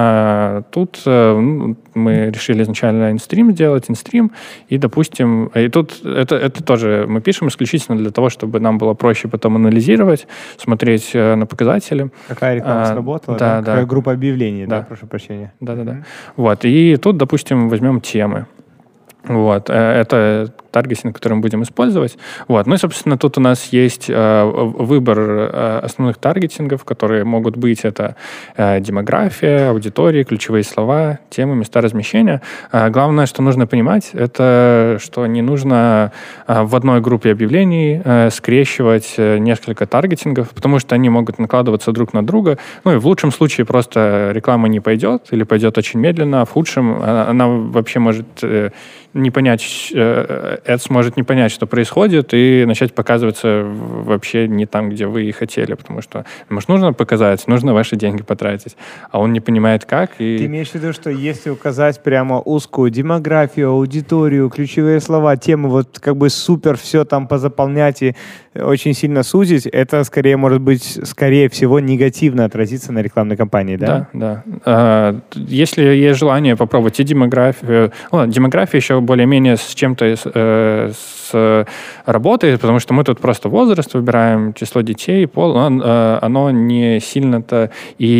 Э, тут э, мы решили изначально инстрим сделать, инстрим, и, допустим, и тут это, это тоже мы пишем исключительно для того, чтобы нам было проще потом анализировать, смотреть э, на показатели. Какая реклама а, сработала, да, да? Какая да. группа объявлений, да, да прошу прощения. Да-да-да. Mm-hmm. Вот, и тут, допустим, возьмем темы. Вот, это таргетинг, который мы будем использовать. Вот. Ну и, собственно, тут у нас есть э, выбор э, основных таргетингов, которые могут быть это э, демография, аудитория, ключевые слова, темы, места размещения. Э, главное, что нужно понимать, это что не нужно э, в одной группе объявлений э, скрещивать э, несколько таргетингов, потому что они могут накладываться друг на друга. Ну и в лучшем случае просто реклама не пойдет или пойдет очень медленно, а в худшем она вообще может э, не понять, э, Ads может не понять, что происходит, и начать показываться вообще не там, где вы и хотели, потому что, может, нужно показать, нужно ваши деньги потратить, а он не понимает, как. И... Ты имеешь в виду, что если указать прямо узкую демографию, аудиторию, ключевые слова, темы, вот как бы супер все там позаполнять и очень сильно сузить, это скорее может быть, скорее всего, негативно отразиться на рекламной кампании, да? Да, да. Если есть желание попробовать и демографию, о, демография еще более-менее с чем-то э, с работой, потому что мы тут просто возраст выбираем, число детей, пол, оно, оно не сильно-то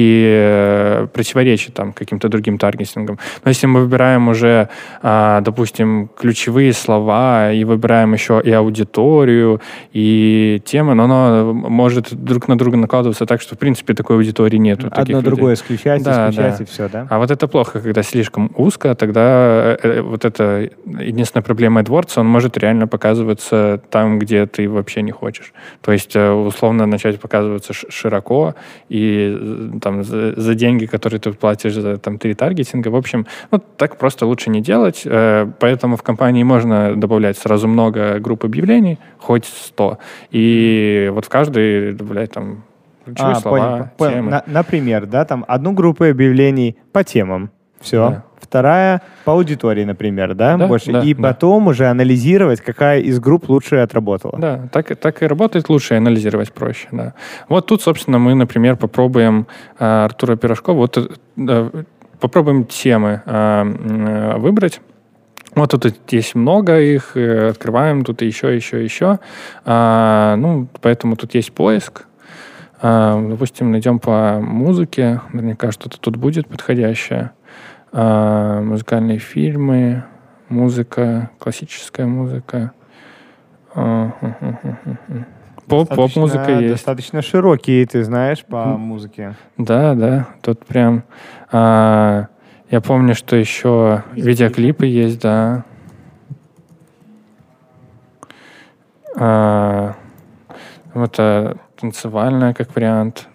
и противоречит там каким-то другим таргетингам. Но если мы выбираем уже, допустим, ключевые слова и выбираем еще и аудиторию, и темы, но оно может друг на друга накладываться так, что в принципе такой аудитории нету. Одно другое исключать, да, исключать да. и все, да? А вот это плохо, когда слишком узко, тогда вот это единственная проблема AdWords, он может реально показываться там, где ты вообще не хочешь. То есть, условно, начать показываться широко и там за, за деньги, которые ты платишь за там три таргетинга. В общем, ну, так просто лучше не делать. Поэтому в компании можно добавлять сразу много групп объявлений, хоть сто. И вот в каждой добавлять там ключевые а, слова, понял, темы. На, например, да, там одну группу объявлений по темам. Все. Да. Вторая по аудитории, например, да? да больше. Да, и да. потом уже анализировать, какая из групп лучше отработала. Да, так, так и работает лучше, и анализировать проще, да. Вот тут, собственно, мы, например, попробуем э, Артура Пирожкова, вот э, попробуем темы э, выбрать. Вот тут есть много их, открываем тут еще, еще, еще. А, ну, поэтому тут есть поиск. А, допустим, найдем по музыке, наверняка что-то тут будет подходящее. А, музыкальные фильмы, музыка, классическая музыка. А, поп, поп-музыка есть. Достаточно широкие, ты знаешь, по музыке. Да, да, тут прям... А, я помню, что еще видеоклипы есть, да. А, это танцевальная как вариант.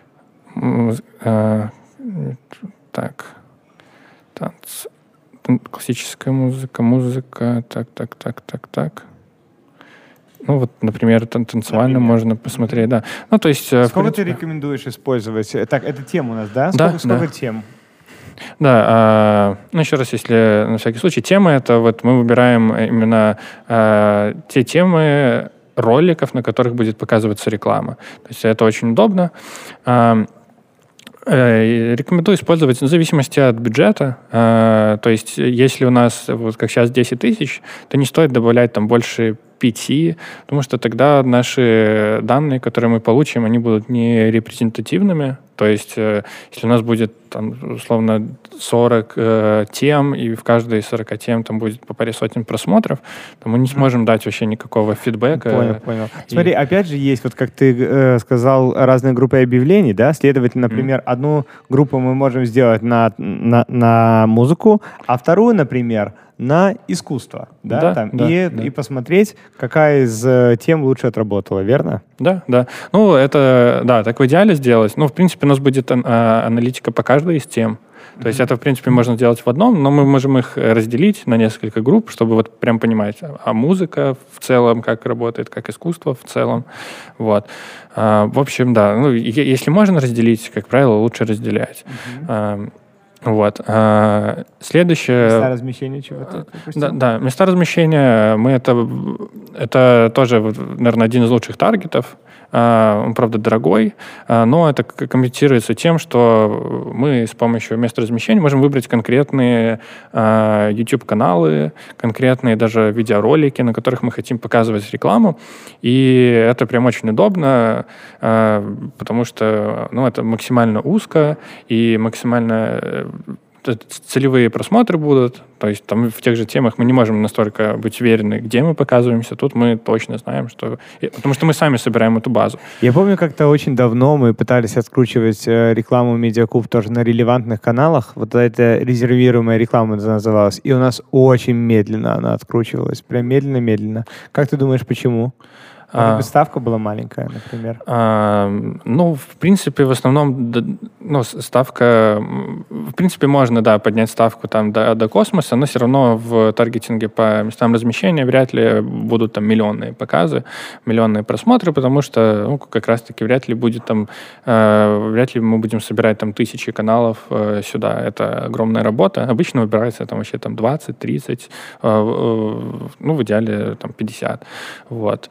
А, так. Танц. Классическая музыка, музыка. Так, так, так, так, так. Ну, вот, например, танцевально например. Можно посмотреть, да. Ну, то есть... Сколько принципе... ты рекомендуешь использовать? Так, это тема у нас, да? Да, сколько, сколько да. тем? Да, а, ну еще раз, если на всякий случай, темы это вот мы выбираем именно а, те темы роликов, на которых будет показываться реклама. То есть это очень удобно. А, э, рекомендую использовать в зависимости от бюджета. А, то есть если у нас, вот как сейчас, десять тысяч, то не стоит добавлять там больше пяти, потому что тогда наши данные, которые мы получим, они будут не репрезентативными. То есть, э, если у нас будет, там, условно, сорок э, тем, и в каждой из сорока тем там будет по паре сотен просмотров, то мы не сможем дать вообще никакого фидбэка. Понял, понял. И... Смотри, опять же есть, вот как ты э, сказал, разные группы объявлений, да? Следовательно, например, mm. одну группу мы можем сделать на, на, на музыку, а вторую, например, на искусство, да, да, там, да, и, да. и посмотреть, какая из э, тем лучше отработала, верно? Да, да. Ну, это, да, так в идеале сделать. Ну, в принципе, у нас будет а, аналитика по каждой из тем. То mm-hmm. есть это, в принципе, можно сделать в одном, но мы можем их разделить на несколько групп, чтобы вот прям понимать, а музыка в целом как работает, как искусство в целом. Вот. А, в общем, да, ну, если можно разделить, как правило, лучше разделять. Mm-hmm. А, Вот. А, следующее... Места размещения чего-то? Да, да, места размещения, мы это, это тоже, наверное, один из лучших таргетов. Uh, он, правда, дорогой, uh, но это компенсируется тем, что мы с помощью места размещения можем выбрать конкретные uh, YouTube-каналы, конкретные даже видеоролики, на которых мы хотим показывать рекламу. И это прям очень удобно, uh, потому что ну, это максимально узко и максимально... целевые просмотры будут, то есть там в тех же темах мы не можем настолько быть уверены, где мы показываемся, тут мы точно знаем, что... Потому что мы сами собираем эту базу. Я помню, как-то очень давно мы пытались откручивать рекламу Медиакуб тоже на релевантных каналах, вот эта резервируемая реклама называлась, и у нас очень медленно она откручивалась, прям медленно-медленно. Как ты думаешь, почему? Может быть, ставка была маленькая, например? А, ну, в принципе, в основном, ну, ставка... В принципе, можно, да, поднять ставку там до, до космоса, но все равно в таргетинге по местам размещения вряд ли будут там миллионные показы, миллионные просмотры, потому что, ну, как раз-таки вряд ли будет там... Э, вряд ли мы будем собирать там тысячи каналов э, сюда. Это огромная работа. Обычно выбирается там вообще там двадцать-тридцать, э, э, ну, в идеале там пятьдесят. Вот.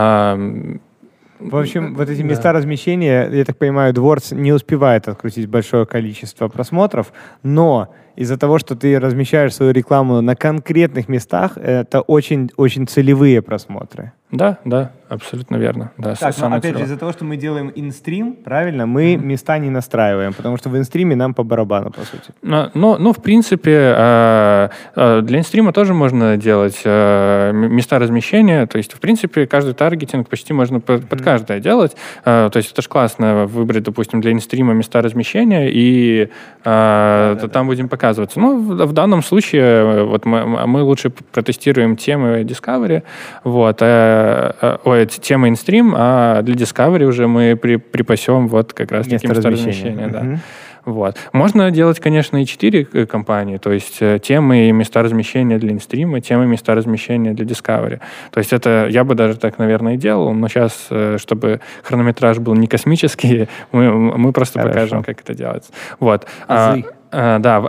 В общем, вот эти места да. размещения, я так понимаю, Дворц не успевает открутить большое количество просмотров, но из-за того, что ты размещаешь свою рекламу на конкретных местах, это очень-очень целевые просмотры. Да, да, абсолютно верно. Да, так, но опять же, из-за того, что мы делаем инстрим, правильно, мы mm-hmm. места не настраиваем, потому что в инстриме нам по барабану, по сути. Ну, ну, ну в принципе, для инстрима тоже можно делать места размещения, то есть, в принципе, каждый таргетинг почти можно под, mm-hmm. под каждое делать, то есть это же классно выбрать, допустим, для инстрима места размещения, и да, да, там да. будем показываться. Ну, в, в данном случае вот мы, мы лучше протестируем темы Discovery, вот, ой, тема инстрим, а для Discovery уже мы при, припасем вот как раз таки место размещения. Да. Uh-huh. Вот. Можно делать, конечно, и четыре компании, то есть темы и места размещения для инстрима, темы и места размещения для Discovery. То есть это я бы даже так, наверное, и делал, но сейчас, чтобы хронометраж был не космический, мы, мы просто Хорошо. покажем, как это делается. Вот. Азы. Uh, да,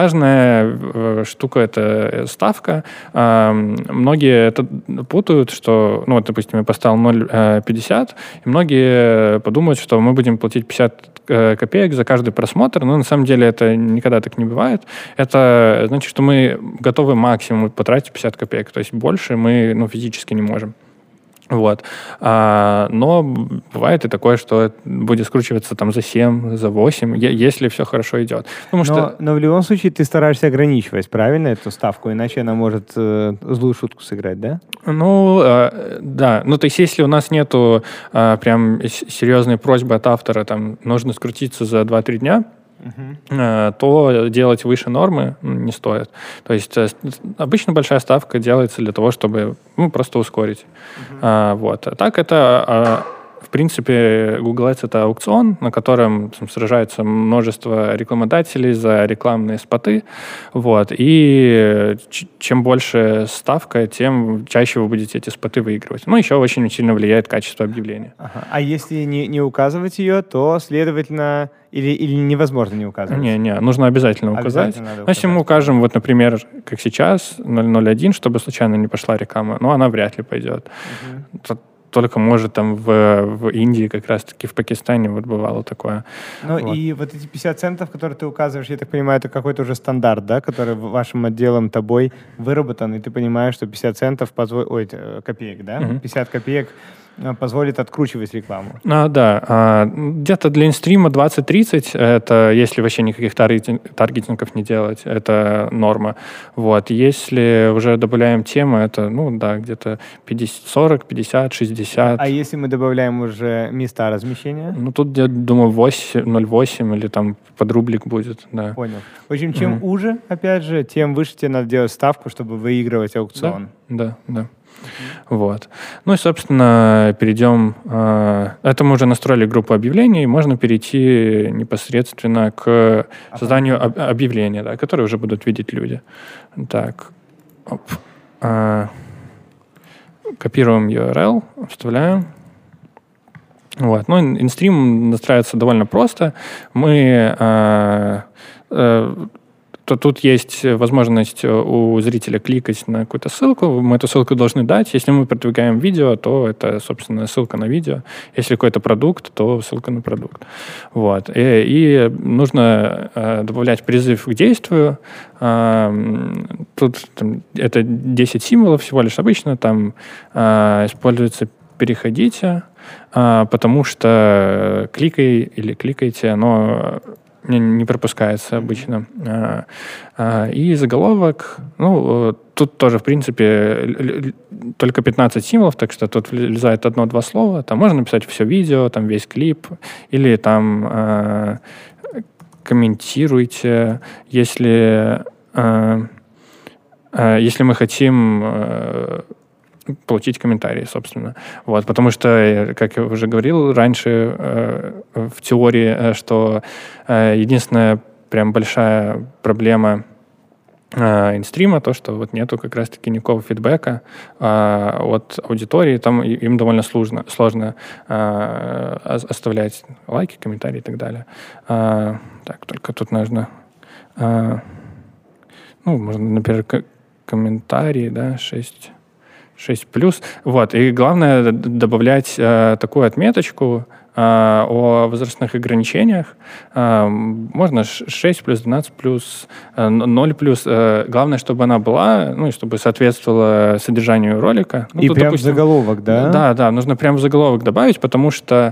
важная штука — это ставка. Uh, многие это путают, что, ну, вот, допустим, я поставил ноль целых пятьдесят сотых, и многие подумают, что мы будем платить пятьдесят копеек за каждый просмотр, но на самом деле это никогда так не бывает. Это значит, что мы готовы максимум потратить пятьдесят копеек, то есть больше мы, ну, физически не можем. Вот. А, но бывает и такое, что будет скручиваться там за семь, за восемь, если все хорошо идет. Потому но, что... но в любом случае ты стараешься ограничивать, правильно, эту ставку, иначе она может э, злую шутку сыграть, да? Ну, э, да. Ну, то есть если у нас нету э, прям серьезной просьбы от автора, там, нужно скрутиться за два-три дня, Uh-huh. то делать выше нормы не стоит. То есть обычно большая ставка делается для того, чтобы ну, просто ускорить. Uh-huh. А, вот. А так это, в принципе, Google Ads — это аукцион, на котором там, сражаются множество рекламодателей за рекламные споты. Вот. И ч- чем больше ставка, тем чаще вы будете эти споты выигрывать. Ну, еще очень сильно влияет качество объявления. Ага. А если не, не указывать ее, то, следовательно, или, или невозможно не указывать? Не, не, нужно обязательно указать. Обязательно надо указать. Если мы укажем, вот, например, как сейчас, ноль ноль один, чтобы случайно не пошла реклама, ну, она вряд ли пойдет. Угу. только, может, там в, в Индии, как раз-таки в Пакистане вот бывало такое. Ну вот. И вот эти пятьдесят центов, которые ты указываешь, я так понимаю, это какой-то уже стандарт, да, который вашим отделом, тобой выработан, и ты понимаешь, что пятьдесят центов позволит... Ой, копеек, да? Uh-huh. пятьдесят копеек позволит откручивать рекламу. А, да. А, где-то для инстрима двадцать-тридцать, это если вообще никаких таргетинг, таргетингов не делать, это норма. Вот. Если уже добавляем темы, это, ну да, где-то пятьдесят, сорок, пятьдесят, шестьдесят. А если мы добавляем уже места размещения? Ну, тут, я думаю, восемь, ноль целых восемь или там под рублик будет, да. Понял. В общем, чем Mm-hmm. уже, опять же, тем выше тебе надо делать ставку, чтобы выигрывать аукцион. Да, да, да. Mm-hmm. Вот. Ну и, собственно, перейдем... Э, это мы уже настроили группу объявлений, можно перейти непосредственно к созданию об, объявления, да, которые уже будут видеть люди. Так. Оп. Э, копируем ю ар эл, вставляем. Вот. Ну, инстрим настраивается довольно просто. Мы... Э, э, то тут есть возможность у зрителя кликать на какую-то ссылку. Мы эту ссылку должны дать. Если мы продвигаем видео, то это, собственно, ссылка на видео. Если какой-то продукт, то ссылка на продукт. Вот. И, и нужно э, добавлять призыв к действию. Э, тут там, это десять символов всего лишь обычно. Там э, используется «переходите», э, потому что кликай или кликайте, оно... не пропускается обычно. И заголовок, ну, тут тоже, в принципе, только пятнадцать символов, так что тут влезает одно-два слова. Там можно написать все видео, там весь клип, или там комментируйте, если, если мы хотим получить комментарии, собственно. Вот, потому что, как я уже говорил раньше э, в теории, что э, единственная прям большая проблема э, инстрима, то, что вот нету как раз-таки никакого фидбэка э, от аудитории, там им довольно сложно, сложно э, оставлять лайки, комментарии и так далее. Э, так, только тут нужно... Э, ну, можно, например, к- комментарии, да, шесть... шесть плюс. Вот. И главное добавлять э, такую отметочку э, о возрастных ограничениях. Э, можно шесть плюс, двенадцать плюс, э, ноль плюс. Э, главное, чтобы она была, ну, и чтобы соответствовала содержанию ролика. Ну, и тут, прям допустим, заголовок, да? Да, да, нужно прям в заголовок добавить, потому что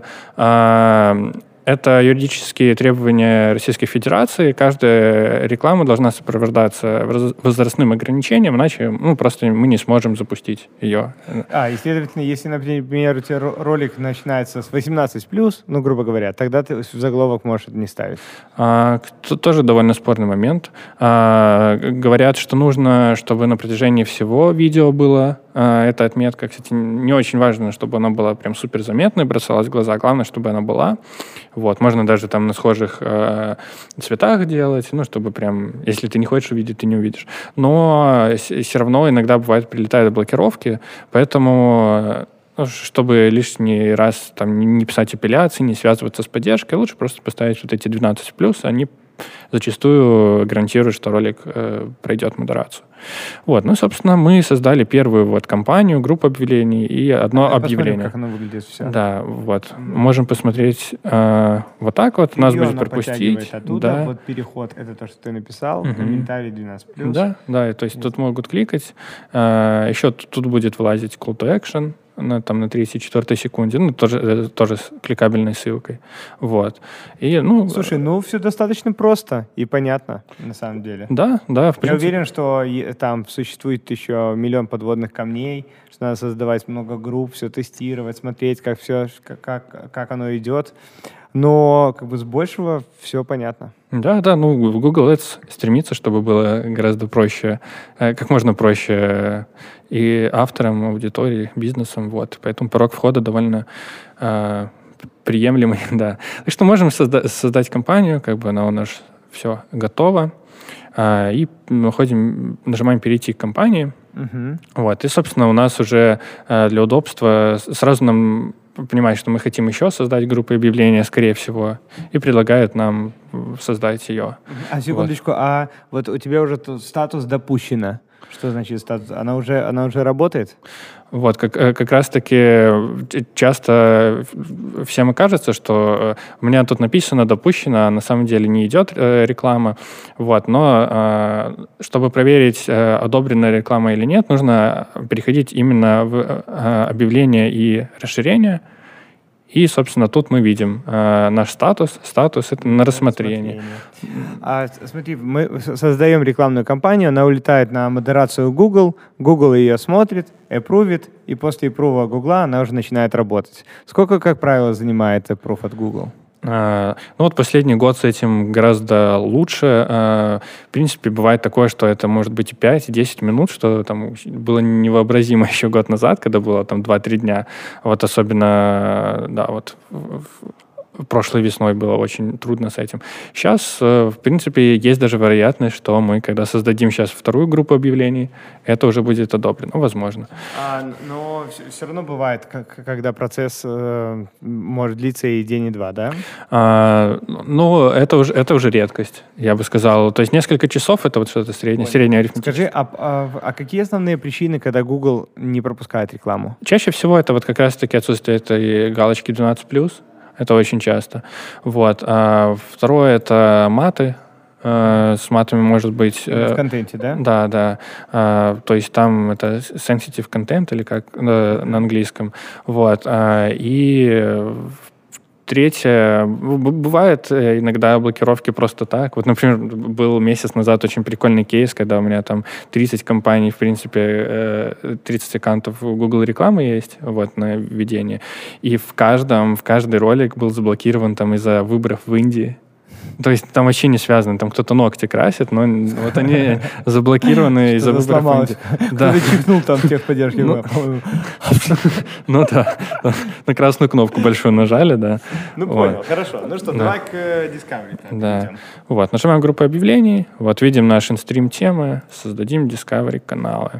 э, это юридические требования Российской Федерации. Каждая реклама должна сопровождаться возрастным ограничением, иначе ну, просто мы не сможем запустить ее. А, и, следовательно, если, например, у тебя ролик начинается с восемнадцать плюс, ну, грубо говоря, тогда ты в заголовок можешь это не ставить. А, тоже довольно спорный момент. А, говорят, что нужно, чтобы на протяжении всего видео было а, эта отметка. Кстати, не очень важно, чтобы она была прям супер заметной, бросалась в глаза. Главное, чтобы она была. Вот, можно даже там на схожих э, цветах делать, ну, чтобы прям, если ты не хочешь увидеть, ты не увидишь. Но все равно иногда бывает прилетают блокировки, поэтому, ну, чтобы лишний раз там не писать апелляции, не связываться с поддержкой, лучше просто поставить вот эти двенадцать плюс, они зачастую гарантируют, что ролик э, пройдет модерацию. Вот, ну, собственно, мы создали первую вот кампанию, группу объявлений и одно Давай объявление. Посмотрим, как оно выглядит все. Да, вот. Mm-hmm. Можем посмотреть э, вот так вот. Нас будет пропустить. Оттуда, да. Вот переход, это то, что ты написал, Mm-hmm. комментарий двенадцать плюс. Да, да, то есть yes. тут могут кликать. Э, еще тут, тут будет вылазить call to action на, там, на третьей-четвертой секунде, ну, тоже, тоже с кликабельной ссылкой. Вот. И, ну, Слушай, ну, все достаточно просто и понятно, на самом деле. Да, да, в Я принципе. уверен, что там существует еще миллион подводных камней, что надо создавать много групп, все тестировать, смотреть, как все, как, как, как оно идет. Но как бы с большего все понятно. Да, да, ну, Google Ads стремится, чтобы было гораздо проще, как можно проще и авторам, аудитории, бизнесам, вот. Поэтому порог входа довольно э, приемлемый, да. Так что можем созда- создать компанию, как бы она у нас все готово, э, и находим, нажимаем «Перейти к компании». Uh-huh. Вот. И, собственно, у нас уже э, для удобства сразу нам понимают, что мы хотим еще создать группу объявления, скорее всего, и предлагают нам создать ее. А секундочку, вот. а вот у тебя уже тут статус «допущено». Что значит статус? Она уже, она уже работает? Вот, как, как раз-таки часто всем и кажется, что у меня тут написано «допущено», а на самом деле не идет реклама. Вот, но чтобы проверить, одобрена реклама или нет, нужно переходить именно в объявление и расширение. И, собственно, тут мы видим э, наш статус. Статус — это на рассмотрение. А, смотри, мы создаем рекламную кампанию, она улетает на модерацию Google, Google ее смотрит, аппрувит, и после аппрува Google она уже начинает работать. Сколько, как правило, занимает аппрув от Google? Uh, ну вот последний год с этим гораздо лучше. Uh, в принципе, бывает такое, что это может быть и пять, и десять минут, что там было невообразимо еще год назад, когда было там два-три дня. Вот особенно, да, вот прошлой весной было очень трудно с этим. Сейчас, в принципе, есть даже вероятность, что мы, когда создадим сейчас вторую группу объявлений, это уже будет одобрено. Возможно. А, но все равно бывает, как, когда процесс э, может длиться и день, и два, да? А, ну, это уже, это уже редкость, я бы сказал. То есть несколько часов — это вот что-то среднее, среднее арифметическое. Скажи, а, а, а какие основные причины, когда Google не пропускает рекламу? Чаще всего это вот как раз-таки отсутствие этой галочки двенадцать плюс. Это очень часто. Вот. А второе — это маты. А, с матами может быть... В контенте, да? Да, да. А, то есть там это sensitive content, или как на, на английском. Вот. А, и третье, бывают иногда блокировки просто так. Вот, например, был месяц назад очень прикольный кейс, когда у меня там тридцать компаний, в принципе, тридцать аккаунтов Google рекламы есть, вот, на введение. И в каждом, в каждый ролик был заблокирован там из-за выборов в Индии. То есть там вообще не связано. Там кто-то ногти красит, но вот они заблокированы из-за выборов в Индии. Кто-то чихнул там техподдержки. Ну да. На красную кнопку большую нажали, да. Ну понял, хорошо. Ну что, давай к Discovery. Да. Вот, нажимаем группу объявлений, вот видим наш инстрим темы, создадим Discovery каналы.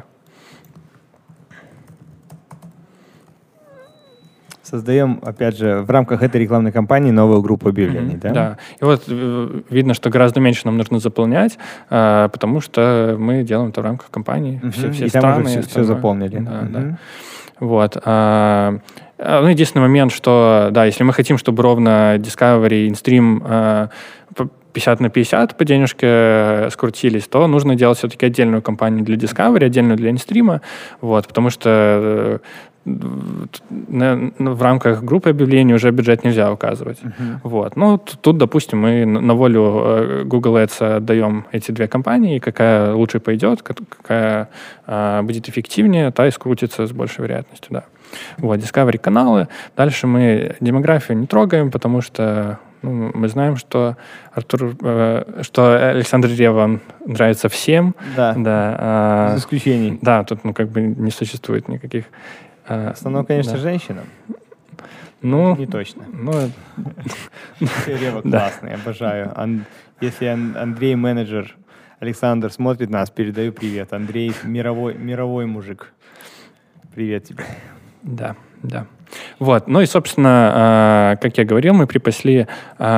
Создаем, опять же, в рамках этой рекламной кампании новую группу объявлений, mm-hmm. да? Да. И вот э, видно, что гораздо меньше нам нужно заполнять, э, потому что мы делаем это в рамках кампании. Mm-hmm. Все, все и страны. Там уже все, все заполнили. Да, mm-hmm. да. Вот. А, ну, единственный момент, что, да, если мы хотим, чтобы ровно Discovery и InStream а, пятьдесят на пятьдесят по денежке скрутились, то нужно делать все-таки отдельную кампанию для Discovery, отдельную для InStream, вот, потому что на, в рамках группы объявлений уже бюджет нельзя указывать. Uh-huh. Вот. Ну, тут, тут, допустим, мы на волю Google Ads отдаем эти две компании, какая лучше пойдет, какая а, будет эффективнее, та и скрутится с большей вероятностью, да. Вот, Discovery каналы. Дальше мы демографию не трогаем, потому что ну, мы знаем, что Артур, э, что Александр Ревва нравится всем. Да. Да. А, без исключений. Да, тут ну, как бы не существует никаких. В основном, конечно, да. женщинам. Ну, не точно. Ну, Рева классный, обожаю. Если Андрей менеджер, Александр смотрит нас, передаю привет. Андрей мировой, мировой мужик. Привет тебе. Да, да. Вот. Ну и, собственно, как я говорил, мы припасли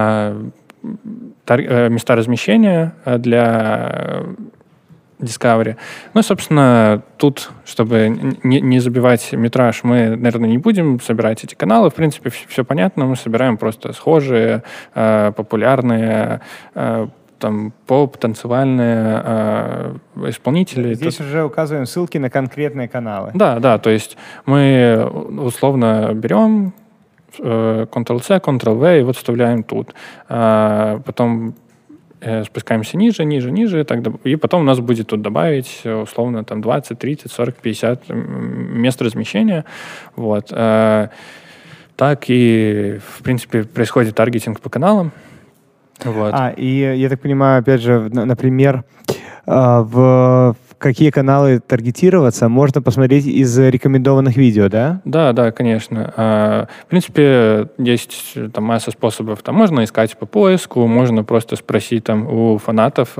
места размещения для Discovery. Ну, собственно, тут, чтобы не, не забивать метраж, мы, наверное, не будем собирать эти каналы. В принципе, все, все понятно. Мы собираем просто схожие, э, популярные, э, там, поп, танцевальные э, исполнители. Здесь тут... уже указываем ссылки на конкретные каналы. Да, да. То есть мы условно берем э, контрол-C, контрол-V и вот вставляем тут. Э, потом спускаемся ниже, ниже, ниже, так, и потом у нас будет тут добавить условно там двадцать, тридцать, сорок, пятьдесят мест размещения. Вот. Так и, в принципе, происходит таргетинг по каналам. Вот. А, и я так понимаю, опять же, например, в какие каналы таргетироваться, можно посмотреть из рекомендованных видео, да? Да, да, конечно. В принципе, есть там масса способов. Там можно искать по поиску, можно просто спросить там у фанатов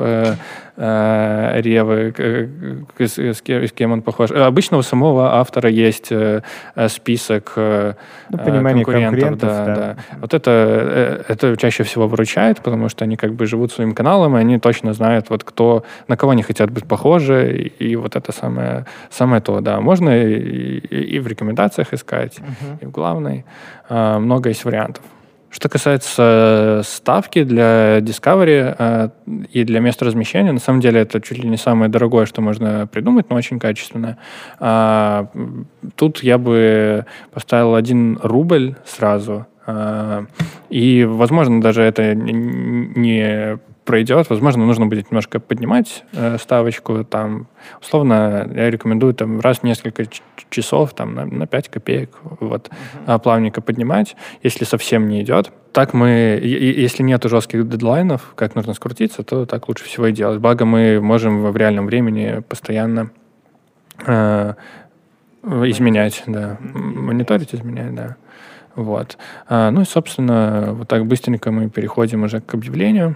Ревы, с, с, с кем он похож. Обычно у самого автора есть список ну, конкурентов. конкурентов да, да. Да. Вот это, это чаще всего выручает, потому что они как бы живут своим каналом, и они точно знают, вот кто, на кого они хотят быть похожи, и, и вот это самое, самое то, да. Можно и, и, и в рекомендациях искать, uh-huh. и в главной. А, много есть вариантов. Что касается ставки для Discovery э, и для места размещения, на самом деле это чуть ли не самое дорогое, что можно придумать, но очень качественное. А, тут я бы поставил один рубль сразу, а, и, возможно, даже это не пройдет. Возможно, нужно будет немножко поднимать э, ставочку. Там, условно, я рекомендую там, раз в несколько ч- часов там, на, на пять копеек вот, uh-huh. плавненько поднимать, если совсем не идет. Так мы, и, если нет жестких дедлайнов, как нужно скрутиться, то так лучше всего и делать. Благо мы можем в реальном времени постоянно э, изменять, да, мониторить, изменять, да. Вот. А, ну и, собственно, вот так быстренько мы переходим уже к объявлению.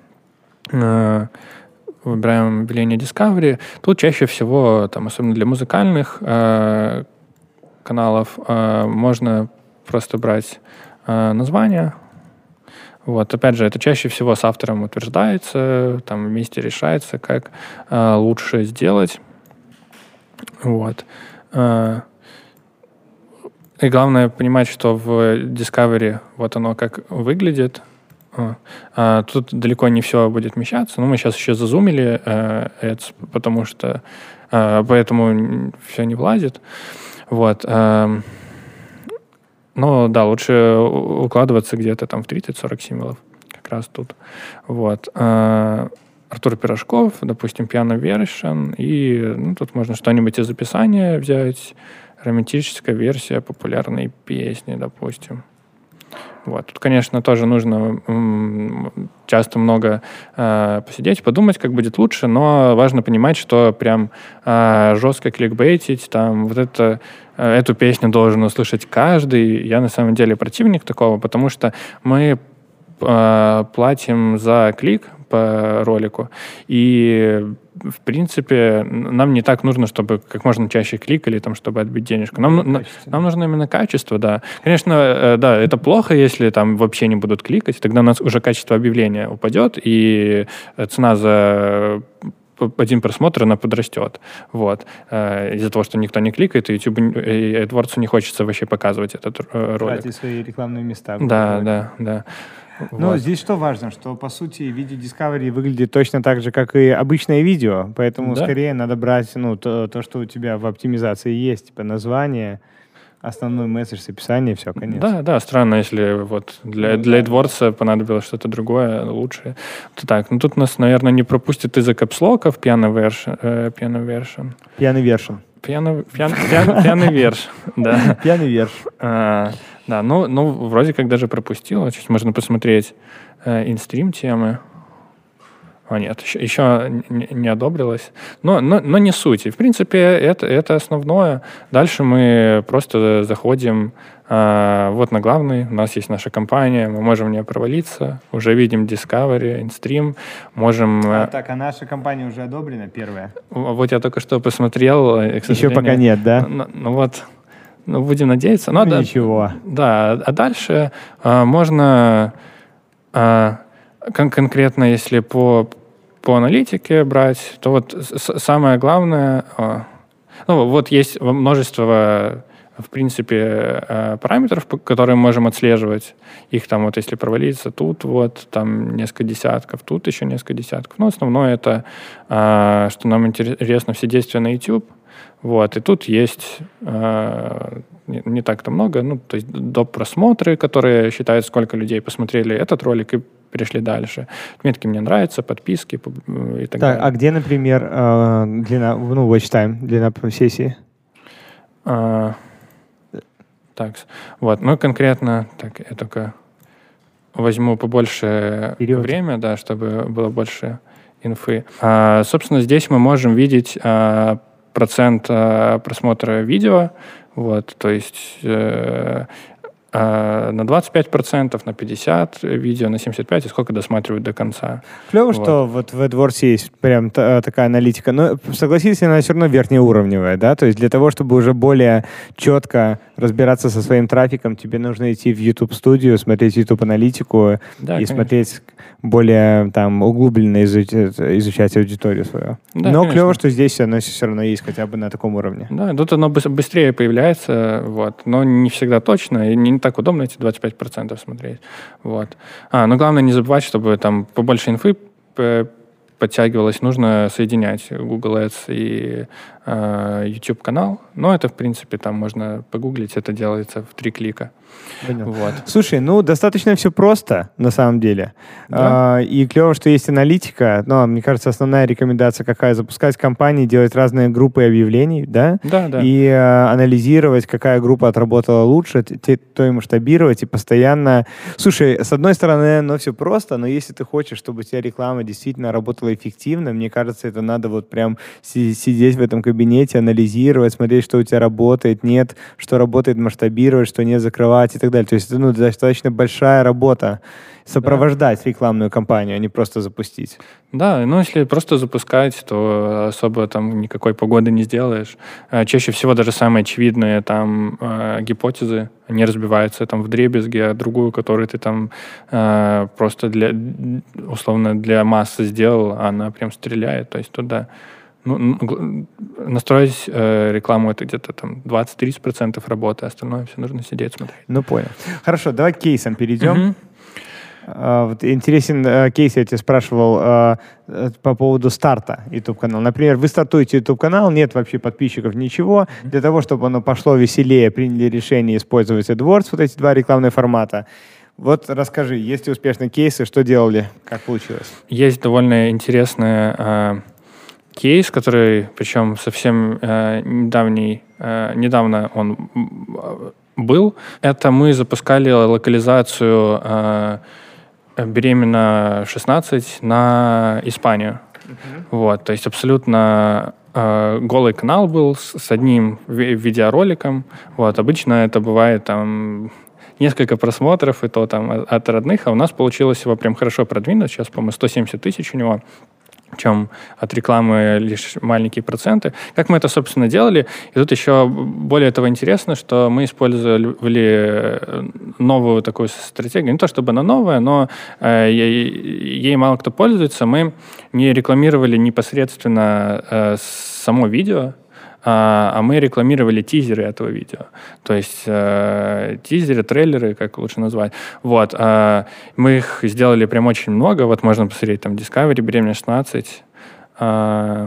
Выбираем объявление Discovery. Тут чаще всего, там, особенно для музыкальных э, каналов, э, можно просто брать э, название. Вот. Опять же, это чаще всего с автором утверждается, там вместе решается, как э, лучше сделать. Вот. Э, и главное понимать, что в Discovery вот оно как выглядит. А, тут далеко не все будет вмещаться, но мы сейчас еще зазумили, э, это, потому что э, поэтому все не влазит. Вот. Э, но да, лучше укладываться где-то там в тридцать-сорок символов, как раз тут. Вот. Э, Артур Пирожков, допустим, Piano Version, и ну, тут можно что-нибудь из описания взять, романтическая версия популярной песни, допустим. Вот. Тут, конечно, тоже нужно м, часто много э, посидеть, подумать, как будет лучше, но важно понимать, что прям э, жестко кликбейтить, там, вот это, э, эту песню должен услышать каждый. Я на самом деле противник такого, потому что мы э, платим за клик по ролику, и в принципе, нам не так нужно, чтобы как можно чаще кликали, там, чтобы отбить денежку. Нам, на, нам нужно именно качество, да. Конечно, э, да, это плохо, если там вообще не будут кликать, тогда у нас уже качество объявления упадет, и цена за один просмотр, она подрастет. Вот. Э, из-за того, что никто не кликает, и YouTube, и AdWords не хочется вообще показывать этот э, ролик. Тратить свои рекламные места. Да, да, да. Но вот. Здесь что важно, что, по сути, видео Discovery выглядит точно так же, как и обычное видео, поэтому да. скорее надо брать ну, то, то, что у тебя в оптимизации есть, типа название, основной месседж с описанием, все, конец. Да, да, странно, если вот для, ну, для AdWords понадобилось что-то другое, лучшее. Так, ну тут нас, наверное, не пропустит из-за капслоков Piano Version. Э, Piano Version. Piano Version. Piano, piano, piano, piano Version, да. Piano Version. Да, ну, ну, вроде как даже пропустил. Сейчас можно посмотреть э, инстрим темы. А нет, еще, еще не, не одобрилось. Но, но, но не суть. И, в принципе, это, это основное. Дальше мы просто заходим э, вот на главный. У нас есть наша компания, мы можем в нее провалиться. Уже видим Discovery, инстрим. Можем... А, так, а наша компания уже одобрена, первая? Вот я только что посмотрел. Еще пока нет, да? Ну, ну вот... Ну, будем надеяться. Но, ну, да, ничего. Да, а дальше а, можно а, кон- конкретно, если по, по аналитике брать, то вот с- самое главное, а, ну, вот есть множество, в принципе, а, параметров, которые мы можем отслеживать. Их там вот, если провалиться, тут вот, там несколько десятков, тут еще несколько десятков. Но основное это, а, что нам интересно, все действия на YouTube. Вот, и тут есть э, не, не так-то много, ну, то есть доп. Просмотры, которые считают, сколько людей посмотрели этот ролик и перешли дальше. Отметки мне нравятся, подписки и так, так далее. А где, например, э, длина, ну, watch time, длина сессии? А, так, вот, ну, конкретно, так, я только возьму побольше Вперед. время, да, чтобы было больше инфы. А, собственно, здесь мы можем видеть а, процент э, просмотра видео, вот, то есть э, на двадцать пять процентов, на пятьдесят процентов видео, на семьдесят пять процентов, и сколько досматривают до конца. Клево, вот. что вот в AdWords есть прям та, такая аналитика. Но, согласитесь, она все равно верхнеуровневая, да? То есть для того, чтобы уже более четко разбираться со своим трафиком, тебе нужно идти в YouTube-студию, смотреть YouTube-аналитику да, и конечно. смотреть более там углубленно изучать, изучать аудиторию свою. Да, Но конечно. клево, что здесь оно все равно есть хотя бы на таком уровне. Да, тут оно быстрее появляется, вот, но не всегда точно, и не так удобно эти двадцать пять процентов смотреть. Вот. А, но главное не забывать, чтобы там побольше инфы подтягивалось, нужно соединять Google Ads и э, YouTube-канал. Но это, в принципе, там можно погуглить, это делается в три клика. Вот. Слушай, ну, достаточно все просто, на самом деле. Да. А, и клево, что есть аналитика. Но, мне кажется, основная рекомендация какая? Запускать компании, делать разные группы объявлений, да? Да, да. И а, анализировать, какая группа отработала лучше, те, то и масштабировать, и постоянно... Слушай, с одной стороны, оно все просто, но если ты хочешь, чтобы у тебя реклама действительно работала эффективно, мне кажется, это надо вот прям си- сидеть в этом кабинете, анализировать, смотреть, что у тебя работает, нет, что работает, масштабировать, что нет, закрывать и так далее. То есть это ну, достаточно большая работа сопровождать да. рекламную кампанию, а не просто запустить. Да, ну если просто запускать, то особо там никакой погоды не сделаешь. Чаще всего даже самые очевидные там э, гипотезы, они разбиваются там вдребезги, а другую, которую ты там э, просто для, условно для массы сделал, она прям стреляет. То есть туда ну, настроить э, рекламу это где-то там двадцать-тридцать процентов работы, остальное все нужно сидеть смотреть. Ну, понял. Хорошо, давай к кейсам перейдем. Uh-huh. Uh, вот интересен uh, кейс, я тебя спрашивал uh, uh, по поводу старта YouTube-канала. Например, вы стартуете YouTube-канал, нет вообще подписчиков, ничего. Mm-hmm. Для того, чтобы оно пошло веселее, приняли решение использовать AdWords, вот эти два рекламных формата. Вот расскажи, есть ли успешные кейсы, что делали, как получилось? Есть довольно интересный э, кейс, который, причем совсем э, недавний, э, недавно он был. Это мы запускали локализацию э, «Беременна шестнадцать» на Испанию. Uh-huh. Вот, то есть абсолютно э, голый канал был с, с одним ви- видеороликом. Вот, обычно это бывает там несколько просмотров, и то там от родных, а у нас получилось его прям хорошо продвинуть. Сейчас, по-моему, сто семьдесят тысяч у него, чем от рекламы лишь маленькие проценты. Как мы это, собственно, делали? И тут еще более того интересно, что мы использовали новую такую стратегию. Не то чтобы она новая, но э, ей мало кто пользуется. Мы не рекламировали непосредственно э, само видео, а, а мы рекламировали тизеры этого видео. То есть э, тизеры, трейлеры, как лучше назвать. Вот. Э, мы их сделали прям очень много. Вот можно посмотреть там Discovery, «Беременна шестнадцать», э,